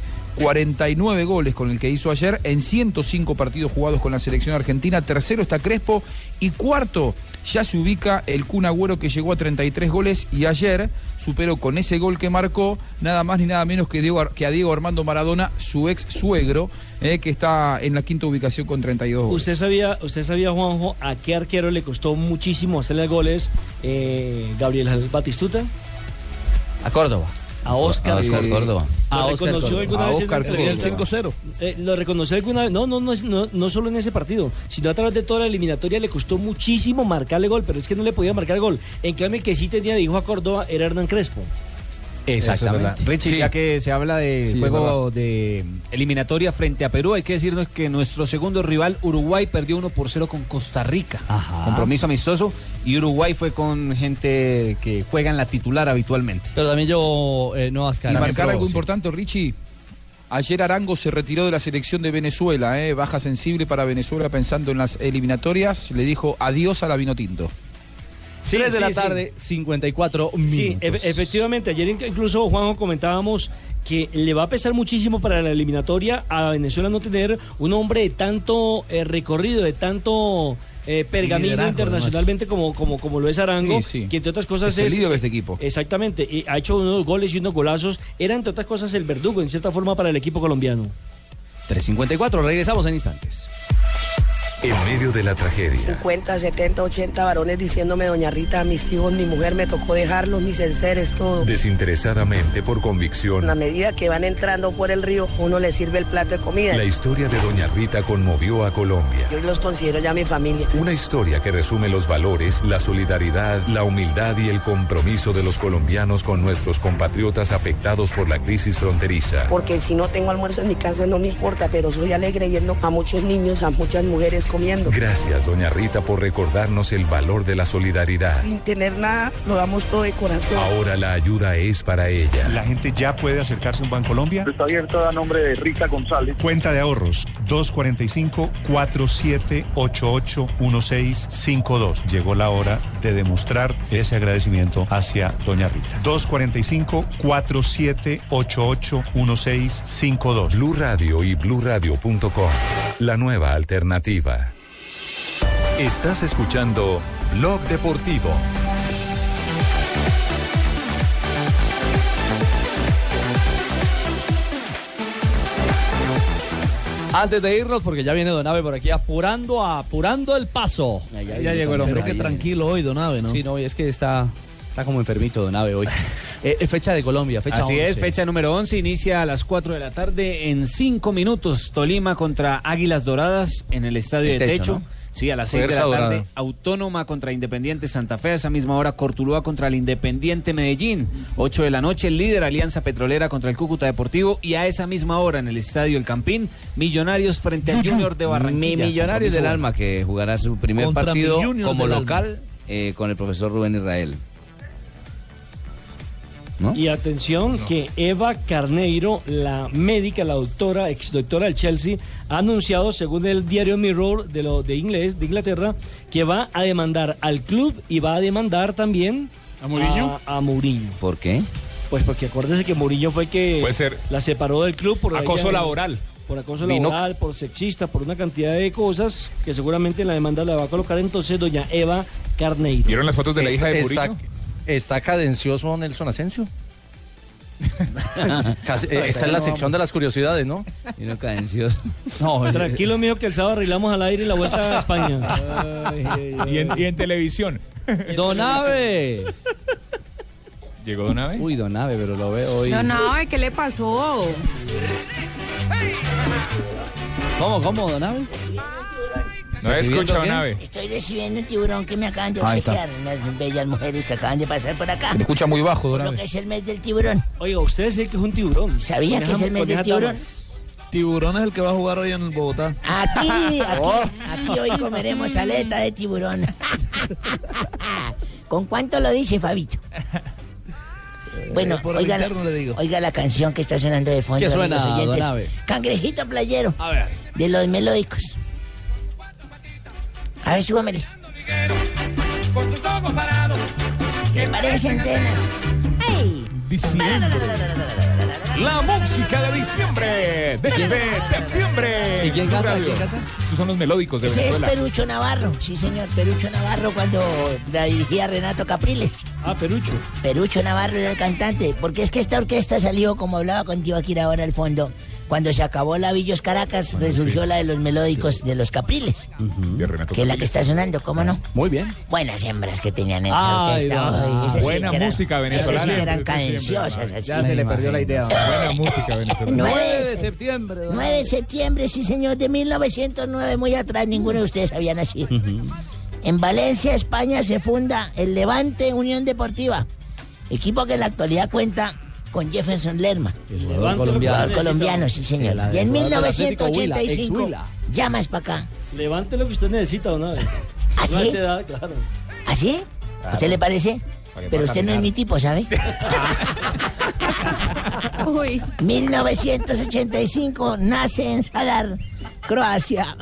49 goles con el que hizo ayer en 105 partidos jugados con la selección argentina. Tercero está Crespo y cuarto ya se ubica el Kun Agüero, que llegó a 33 goles y ayer superó con ese gol que marcó nada más ni nada menos que a Diego Armando Maradona, su ex suegro, que está en la quinta ubicación con 32 goles. ¿Usted sabía, Juanjo, a qué arquero le costó muchísimo hacerle goles Gabriel Batistuta? A Córdoba. A Oscar Córdoba. ¿Lo reconoció alguna vez? Oscar el 5-0. ¿Lo reconoció alguna vez? No solo en ese partido, sino a través de toda la eliminatoria le costó muchísimo marcarle gol, pero es que no le podía marcar gol. En cambio, el que sí tenía de hijo a Córdoba era Hernán Crespo. Exactamente. Richie, ya que se habla de juego de eliminatoria frente a Perú, hay que decirnos que nuestro segundo rival, Uruguay, perdió 1-0 con Costa Rica. Ajá. Compromiso amistoso, y Uruguay fue con gente que juega en la titular habitualmente. Pero también yo nuevas caras. Y marcar algo importante, Richie. Ayer Arango se retiró de la selección de Venezuela, baja sensible para Venezuela pensando en las eliminatorias. Le dijo adiós a la Vinotinto. 3 de la tarde, 54 minutos. Sí, efectivamente. Ayer incluso, Juanjo, comentábamos que le va a pesar muchísimo para la eliminatoria a Venezuela no tener un hombre de tanto recorrido, de tanto pergamino internacionalmente como lo es Arango, que entre otras cosas es el líder de este equipo. Exactamente, y ha hecho unos goles y unos golazos. Era entre otras cosas el verdugo, en cierta forma, para el equipo colombiano. 3:54, regresamos en instantes. En medio de la tragedia. 50, 70, 80 varones diciéndome, doña Rita, mis hijos, mi mujer, me tocó dejarlos, mis enseres, todo. Desinteresadamente, por convicción. A medida que van entrando por el río, uno les sirve el plato de comida. La historia de doña Rita conmovió a Colombia. Yo los considero ya mi familia. Una historia que resume los valores, la solidaridad, la humildad y el compromiso de los colombianos con nuestros compatriotas afectados por la crisis fronteriza. Porque si no tengo almuerzo en mi casa no me importa, pero soy alegre viendo a muchos niños, a muchas mujeres comiendo. Gracias, doña Rita, por recordarnos el valor de la solidaridad. Sin tener nada, lo damos todo de corazón. Ahora la ayuda es para ella. ¿La gente ya puede acercarse a un Bancolombia? Está abierto a nombre de Rita González. Cuenta de ahorros, 245-4788-1652. Llegó la hora de demostrar ese agradecimiento hacia doña Rita. 245-4788-1652. Blue Radio y BlueRadio.com. La nueva alternativa. Estás escuchando Blog Deportivo. Antes de irnos, porque ya viene Donave por aquí apurando el paso. Ya llegó el hombre. Pero que tranquilo hoy, Donave, ¿no? Sí, no, es que está como enfermito Donave hoy. Fecha de Colombia, fecha Así 11. es, fecha número 11, inicia a las 4 de la tarde en 5 minutos. Tolima contra Águilas Doradas en el Estadio de Techo. ¿No? Sí, a las 6 de la tarde. Dorada. Autónoma contra Independiente Santa Fe. A esa misma hora, Cortuluá contra el Independiente Medellín. 8 de la noche, el líder Alianza Petrolera contra el Cúcuta Deportivo. Y a esa misma hora, en el Estadio El Campín, Millonarios frente al Junior de Barranquilla. Mi Millonarios del Alma, que jugará su primer contra partido como local con el profesor Rubén Israel. ¿No? Y atención que Eva Carneiro, la médica, la doctora, exdoctora del Chelsea, ha anunciado, según el diario Mirror de Inglaterra, que va a demandar al club y va a demandar también ¿A Mourinho? A Mourinho. ¿Por qué? Pues porque acuérdese que Mourinho fue que Puede ser la separó del club por acoso laboral. Por acoso laboral, por sexista, por una cantidad de cosas que seguramente en la demanda la va a colocar entonces doña Eva Carneiro. ¿Vieron las fotos de la hija de Mourinho? ¿Está cadencioso Nelson Asensio? Esta es la sección de las curiosidades, ¿no? Y no cadencioso. No, tranquilo, mijo, que el sábado arreglamos al aire y la vuelta a España. Y en televisión. Don Abe. ¿Llegó Don Abe? Uy, Don Abe, pero lo veo hoy. Don Abe, ¿qué le pasó? ¿Cómo, Don Abe? No escucha, Don Abe. Estoy recibiendo un tiburón que me acaban de obsequiar. Unas bellas mujeres que acaban de pasar por acá. Se me escucha muy bajo, Don Abe. Lo que es el mes del tiburón. Oiga, usted es el que es un tiburón. ¿Sabía que es el mes del tiburón? Tiburón es el que va a jugar hoy en el Bogotá. Aquí hoy comeremos aleta de tiburón. ¿Con cuánto lo dice, Fabito? Bueno, oiga la canción que está sonando de fondo. ¿Qué suena, Don Abe? Cangrejito playero. A ver. De los melódicos. A ver, súbamele. Con sus ojos parados. Que parecen antenas. ¡Ay! Diciembre. La música de diciembre. Desde septiembre. ¿Y quién canta? Estos son los melódicos de Ese Venezuela. es Perucho Navarro. Sí, señor. Perucho Navarro cuando la dirigía Renato Capriles. Ah, Perucho. Perucho Navarro era el cantante. Porque es que esta orquesta salió, como hablaba contigo aquí ahora al fondo, cuando se acabó la Villos Caracas, resurgió la de los melódicos de los Capriles. De Renato Que es la Capriles. que está sonando, ¿cómo no? Muy bien. Buenas hembras que tenían esa orquesta. Esas buena música venezolana. Esas sí que eran cadenciosas. Así. Ya se le perdió la idea. Buena música venezolana. 9 de septiembre. 9 de septiembre, sí señor, de 1909, muy atrás, ninguno de ustedes había nacido. En Valencia, España, se funda el Levante Unión Deportiva, equipo que en la actualidad cuenta con Jefferson Lerma. El colombiano, sí señor. Y en 1985, llamas para acá. Levante lo que usted necesita, Don Abe. ¿Así? No, a esa edad, claro. ¿Así? ¿A usted le parece? Pero usted no es mi tipo, ¿sabe? Uy. 1985, nace en Zadar, Croacia.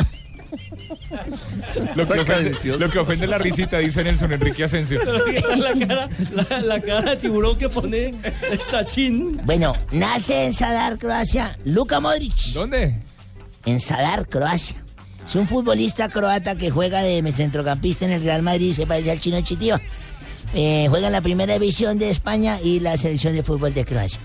Lo que ofende la risita, dice Nelson Enrique Asensio. La cara de tiburón que pone el Chachín. Bueno, nace en Zadar, Croacia, Luka Modric. ¿Dónde? En Zadar, Croacia. Es un futbolista croata que juega de centrocampista en el Real Madrid, se parece al Chino Chitiva. Juega en la primera división de España y la selección de fútbol de Croacia.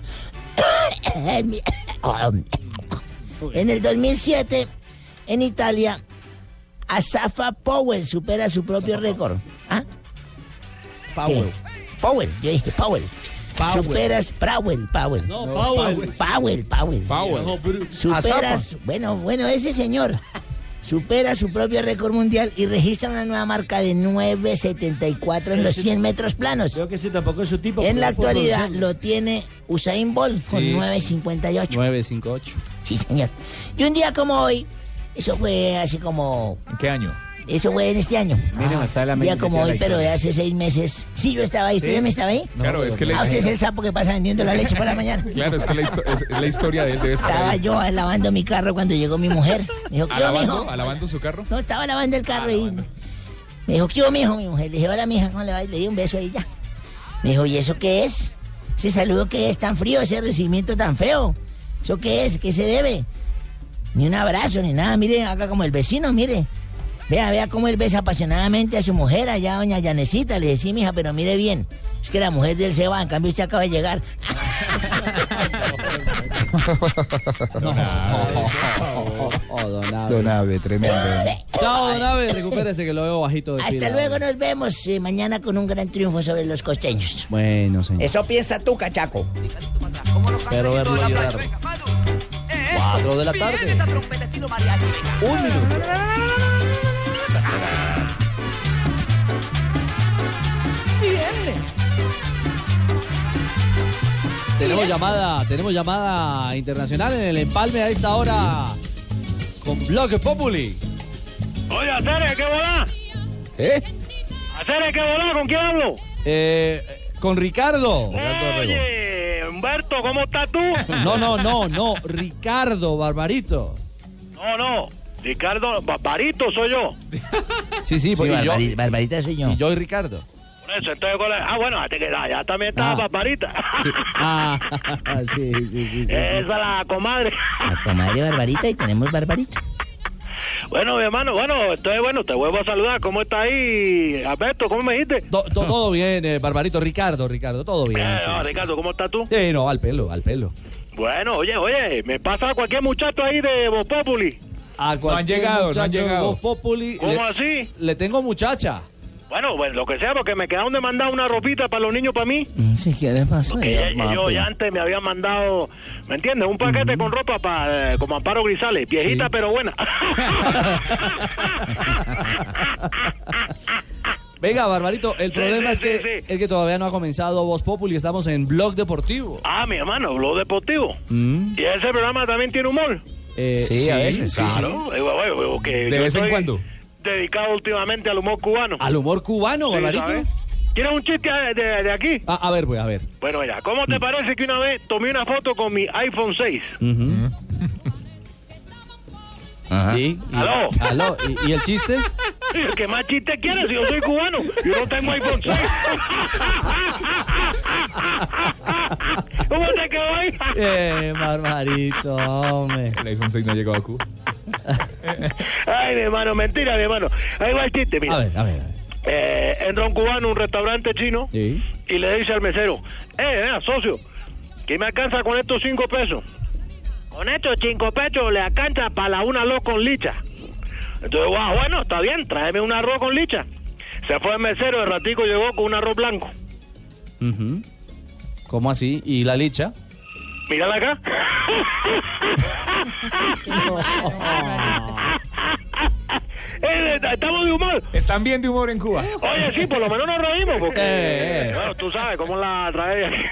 En el 2007, en Italia, Asafa Powell supera su propio récord. ¿Ah? Powell. Powell, yo dije Powell. Superas Powell. No, Powell. Powell. Superas, bueno, ese señor supera su propio récord mundial y registra una nueva marca de 9.74 en los 100 metros planos. Creo que ese tampoco es su tipo. En la actualidad lo tiene Usain Bolt con 9.58. 9.58. Sí, señor. Y un día como hoy, eso fue así como... ¿En qué año? Eso fue en este año. Miren, hasta la un día como hoy, pero de hace 6 meses. Sí, yo estaba ahí. ¿Usted también estaba ahí? Claro, es que usted es el sapo que pasa vendiendo la leche por la mañana. Claro, es que es la historia de él debe estar Estaba ahí. yo lavando mi carro cuando llegó mi mujer. Me dijo, ¿qué hubo, mijo? ¿Alabando su carro? No, estaba lavando el carro y me dijo, ¿qué hubo, mijo? Mi mujer. Le dije, hola, mija, ¿cómo le va? Y le di un beso ahí ya. Me dijo, ¿y eso qué es? Ese saludo que es tan frío, ese recibimiento tan feo. ¿Eso qué es? ¿Qué se debe? Ni un abrazo, ni nada. Mire, acá como el vecino, mire. Vea cómo él besa apasionadamente a su mujer, allá doña Yanecita. Le dije, sí, mija, pero mire bien. Es que la mujer de él se va, en cambio usted acaba de llegar. Don Abe, tremendo. Chao, Don Abe, recupérese que lo veo bajito de Hasta pila. luego, nos vemos mañana con un gran triunfo sobre los costeños. Bueno, señor. Eso piensa tú, cachaco. Pero verlo llorar. 4 de la tarde. 1 minuto. Tenemos llamada internacional en el empalme a esta hora con Blog Populi. Oye, Acere, ¿qué volá? Acere, ¿qué volá? ¿Con quién hablo? Con Ricardo. Oye, Humberto, ¿cómo estás tú? No, Ricardo Barbarito. No, Ricardo, Barbarito soy yo. Sí, porque Barbarita soy yo. Y yo y Ricardo. Por eso, entonces, bueno, hasta que ya también está Barbarita. Sí. Sí. Esa es la comadre. La comadre Barbarita y tenemos Barbarita. Bueno, mi hermano, entonces, te vuelvo a saludar. ¿Cómo está ahí, Alberto? ¿Cómo me dijiste? Todo bien, Barbarito. Ricardo, todo bien. Sí. Ricardo, ¿cómo estás tú? Sí, no, al pelo. Bueno, oye, me pasa a cualquier muchacho ahí de Voz Populi. No han llegado. Voz Populi. ¿Cómo así? Le tengo muchacha. Bueno, lo que sea, porque me quedaron de mandar una ropita para los niños, para mí. Si quieres pasar. Yo ya antes me habían mandado, ¿me entiendes? Un paquete con ropa para como Amparo Grisales, viejita pero buena. Venga, Barbarito, el problema es que todavía no ha comenzado Voz Populi, estamos en Blog Deportivo. Mi hermano, Blog Deportivo. ¿Y ese programa también tiene humor? Sí, a veces. Claro. De vez en cuando. Dedicado últimamente al humor cubano. ¿Al humor cubano, Barbarito? ¿Sabes? ¿Quieres un chiste de aquí? A ver. Bueno, mira, ¿cómo te parece que una vez tomé una foto con mi iPhone 6? Ajá. ¿Aló? ¿Y el chiste? ¿Qué más chiste quieres? Si yo soy cubano, yo no tengo iPhone 6. ¿Cómo te quedó ahí? Barbarito, hombre. El iPhone 6 no ha llegado a Cuba. Ay, mi hermano, mentira, mi hermano. Ahí va el chiste, mira. A ver. Entra un cubano a un restaurante chino y le dice al mesero, socio, ¿qué me alcanza con estos 5 pesos? Con estos 5 pesos le alcanza para una arroz con licha. Entonces, bueno, está bien, tráeme un arroz con licha. Se fue el mesero, de ratico llegó con un arroz blanco. ¿Cómo así? ¿Y la licha? Mírala acá. Estamos de humor. Están bien de humor en Cuba. Oye, sí, por lo menos nos reímos, porque bueno, tú sabes cómo es la tragedia.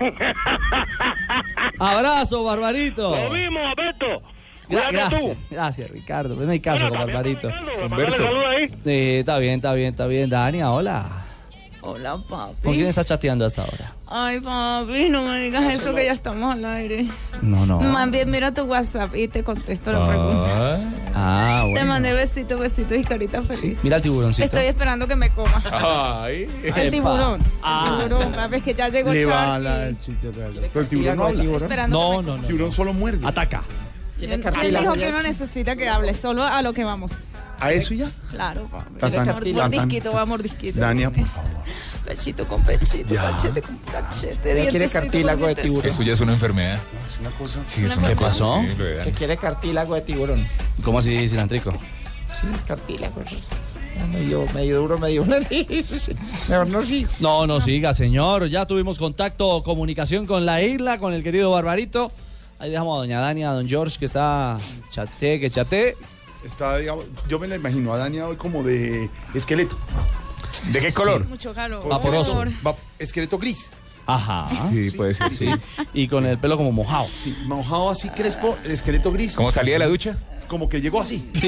Abrazo, Barbarito. Lo mismo, Alberto. Gracias, Ricardo. No hay caso con Barbarito. Humberto. Está bien. Dania, hola. Hola, papi. ¿Con quién estás chateando hasta ahora? Ay, papi, no me digas eso, que ya estamos al aire. No. Más bien, mira tu WhatsApp y te contesto la pregunta. Bueno. Te mandé besitos y carita feliz. Sí, mira el tiburoncito. Estoy esperando que me coma. Ay. El tiburón. El tiburón, papi, es que ya llegó Charlie. Pero el tiburón no habla. No. El tiburón solo muerde. Ataca. ¿Quién dijo que uno necesita que hable? Solo a lo que vamos. ¿A eso ya? Claro, papi. Mordisquito. Dania, por favor. Pechito con pechito, cachete con cachete. ¿Quiere cartílago de tiburón? Eso ya es una enfermedad. Es una cosa. Sí, ¿Qué pasó? Que quiere cartílago de tiburón. ¿Cómo así, cilantrico? Sí, cartílago. Medio duro, medio mejor no siga. No siga, señor. Ya tuvimos comunicación con la isla, con el querido Barbarito. Ahí dejamos a doña Dania, a don George, que está chate. Está, digamos, yo me la imagino a Dania hoy como de esqueleto. ¿De qué color? Mucho calor. Vaporoso. Esqueleto gris. Ajá. Sí, puede ser, sí. Y con el pelo como mojado. Sí, mojado así, crespo, el esqueleto gris. ¿Cómo salía de la ducha? Como que llegó así. Sí.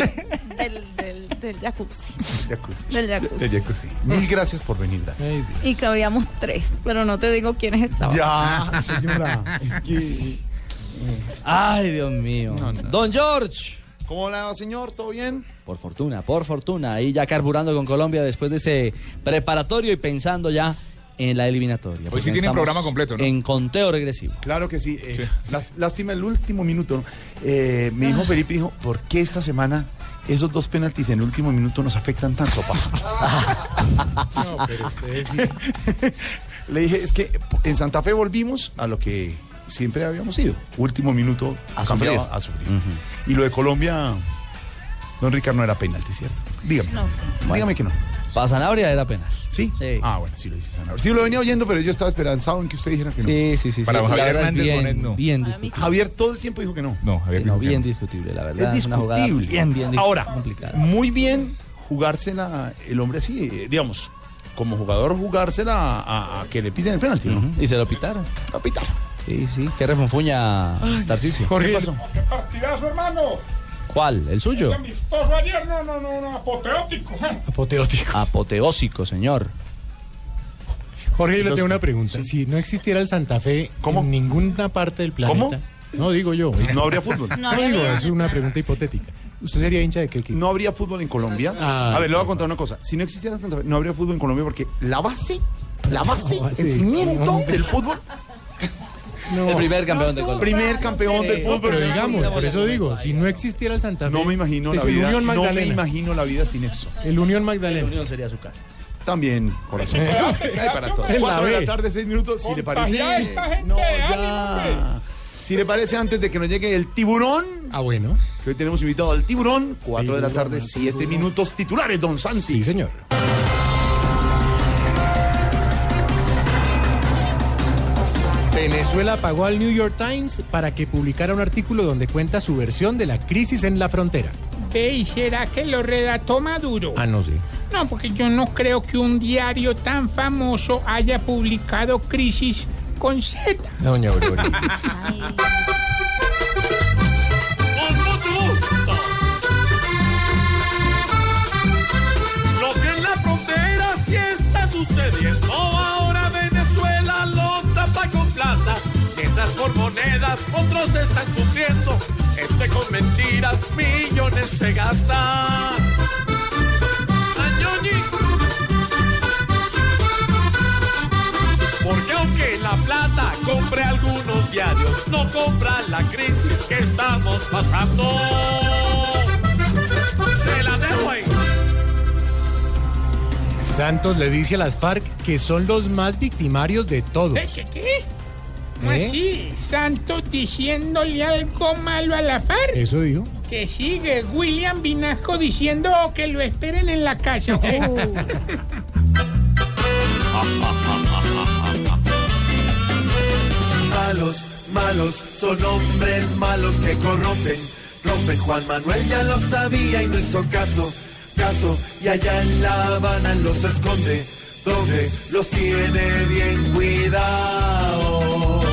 Del jacuzzi. Del jacuzzi. Mil gracias por venir, Dania. Y que habíamos 3, pero no te digo quiénes estaban. Ya, señora. Es que... Ay, Dios mío. No. Don George. ¿Cómo la, señor? ¿Todo bien? Por fortuna. Ahí ya carburando con Colombia después de ese preparatorio y pensando ya en la eliminatoria. Hoy sí tiene programa completo, ¿no? En conteo regresivo. Claro que sí. Lástima el último minuto, ¿no? Mi hijo Felipe dijo, ¿por qué esta semana esos 2 penaltis en el último minuto nos afectan tanto, papá? No, pero ustedes sí. Le dije, es que en Santa Fe volvimos a lo que siempre habíamos ido. Último minuto a sufrir. Y lo de Colombia, don Ricardo, no era penalti, ¿cierto? Dígame. No, sí. Dígame que no. Para Sanabria era penal. ¿Sí? Bueno, sí lo dice Sanabria. Sí lo venía oyendo, pero yo estaba esperanzado en que usted dijera que no. Sí. Para Javier Hernández Bonet, no. Bien discutible. Javier todo el tiempo dijo que no. No, Javier no, bien discutible, la verdad. Es discutible. Una jugada bien Ahora, complicada. Muy bien jugársela el hombre así, digamos, como jugador jugársela a que le piden el penalti, ¿no? Y se lo pitaron. Lo pitaron. Sí. Qué refunfuña, Tarcisio. Jorge, ¿qué pasó? ¡Qué partidazo, hermano! ¿Cuál? ¿El suyo? Ese amistoso ayer, no, apoteótico. Apoteósico, señor. Jorge, yo le tengo una pregunta. Sí. Si no existiera el Santa Fe en ninguna parte del planeta... ¿Cómo? No, digo yo. No habría fútbol. Es una pregunta hipotética. ¿Usted sería hincha de qué equipo? No habría fútbol en Colombia. A ver, le voy a contar una cosa. Si no existiera Santa Fe, no habría fútbol en Colombia porque la base La base, el cimiento del fútbol. No. El primer campeón de Colombia. Primer campeón del fútbol. Pero digamos, por eso digo, si no existiera el Santa Fe. No me imagino la vida. No me imagino la vida sin eso. El Unión Magdalena. El Unión sería su casa. También, corazón. Para todos. 4 de la tarde, 6 minutos. Si le parece. No, ya. Si le parece, antes de que nos llegue el tiburón. Ah, bueno. Que hoy tenemos invitado al tiburón. 4 de la tarde, 7 minutos. Titulares, don Santi. Sí, señor. Venezuela pagó al New York Times para que publicara un artículo donde cuenta su versión de la crisis en la frontera. ¿Y será que lo redactó Maduro? Ah, no sé. No, porque yo no creo que un diario tan famoso haya publicado Crisis con Z. Doña Aurora. Con mucho gusto. Lo que en la frontera sí está sucediendo. Ahora Venezuela lo tapa con plata, mientras por monedas otros están sufriendo. Con mentiras millones se gastan. Añoñi. Porque aunque la plata compre algunos diarios, no compra la crisis que estamos pasando. Se la dejo ahí. Santos le dice a las FARC que son los más victimarios de todos. ¿Qué? ¿Cómo así? ¿Santos diciéndole algo malo a la FARC? Eso dijo. Que sigue William Vinasco diciendo que lo esperen en la casa. Malos, son hombres malos que corrompen. Juan Manuel ya lo sabía y no hizo caso. Y allá en La Habana los esconde, donde los tiene bien cuidados.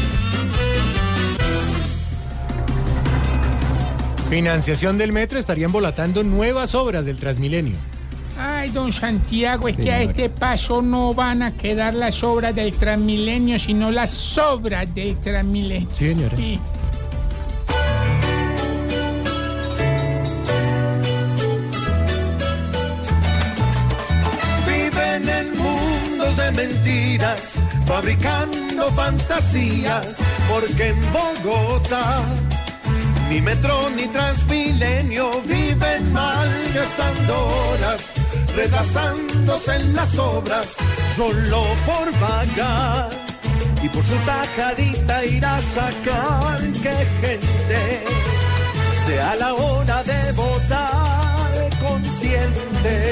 Financiación del metro estaría embolatando nuevas obras del Transmilenio. Ay, don Santiago, es que a este paso no van a quedar las obras del Transmilenio, sino las sobras del Transmilenio. Sí, señora. Sí. Viven en mundos de mentiras, fabricando fantasías, porque en Bogotá ni metro ni Transmilenio viven mal, gastando horas, retrasándose en las obras, solo por pagar y por su tajadita ir a sacar. Que gente sea a la hora de votar consciente.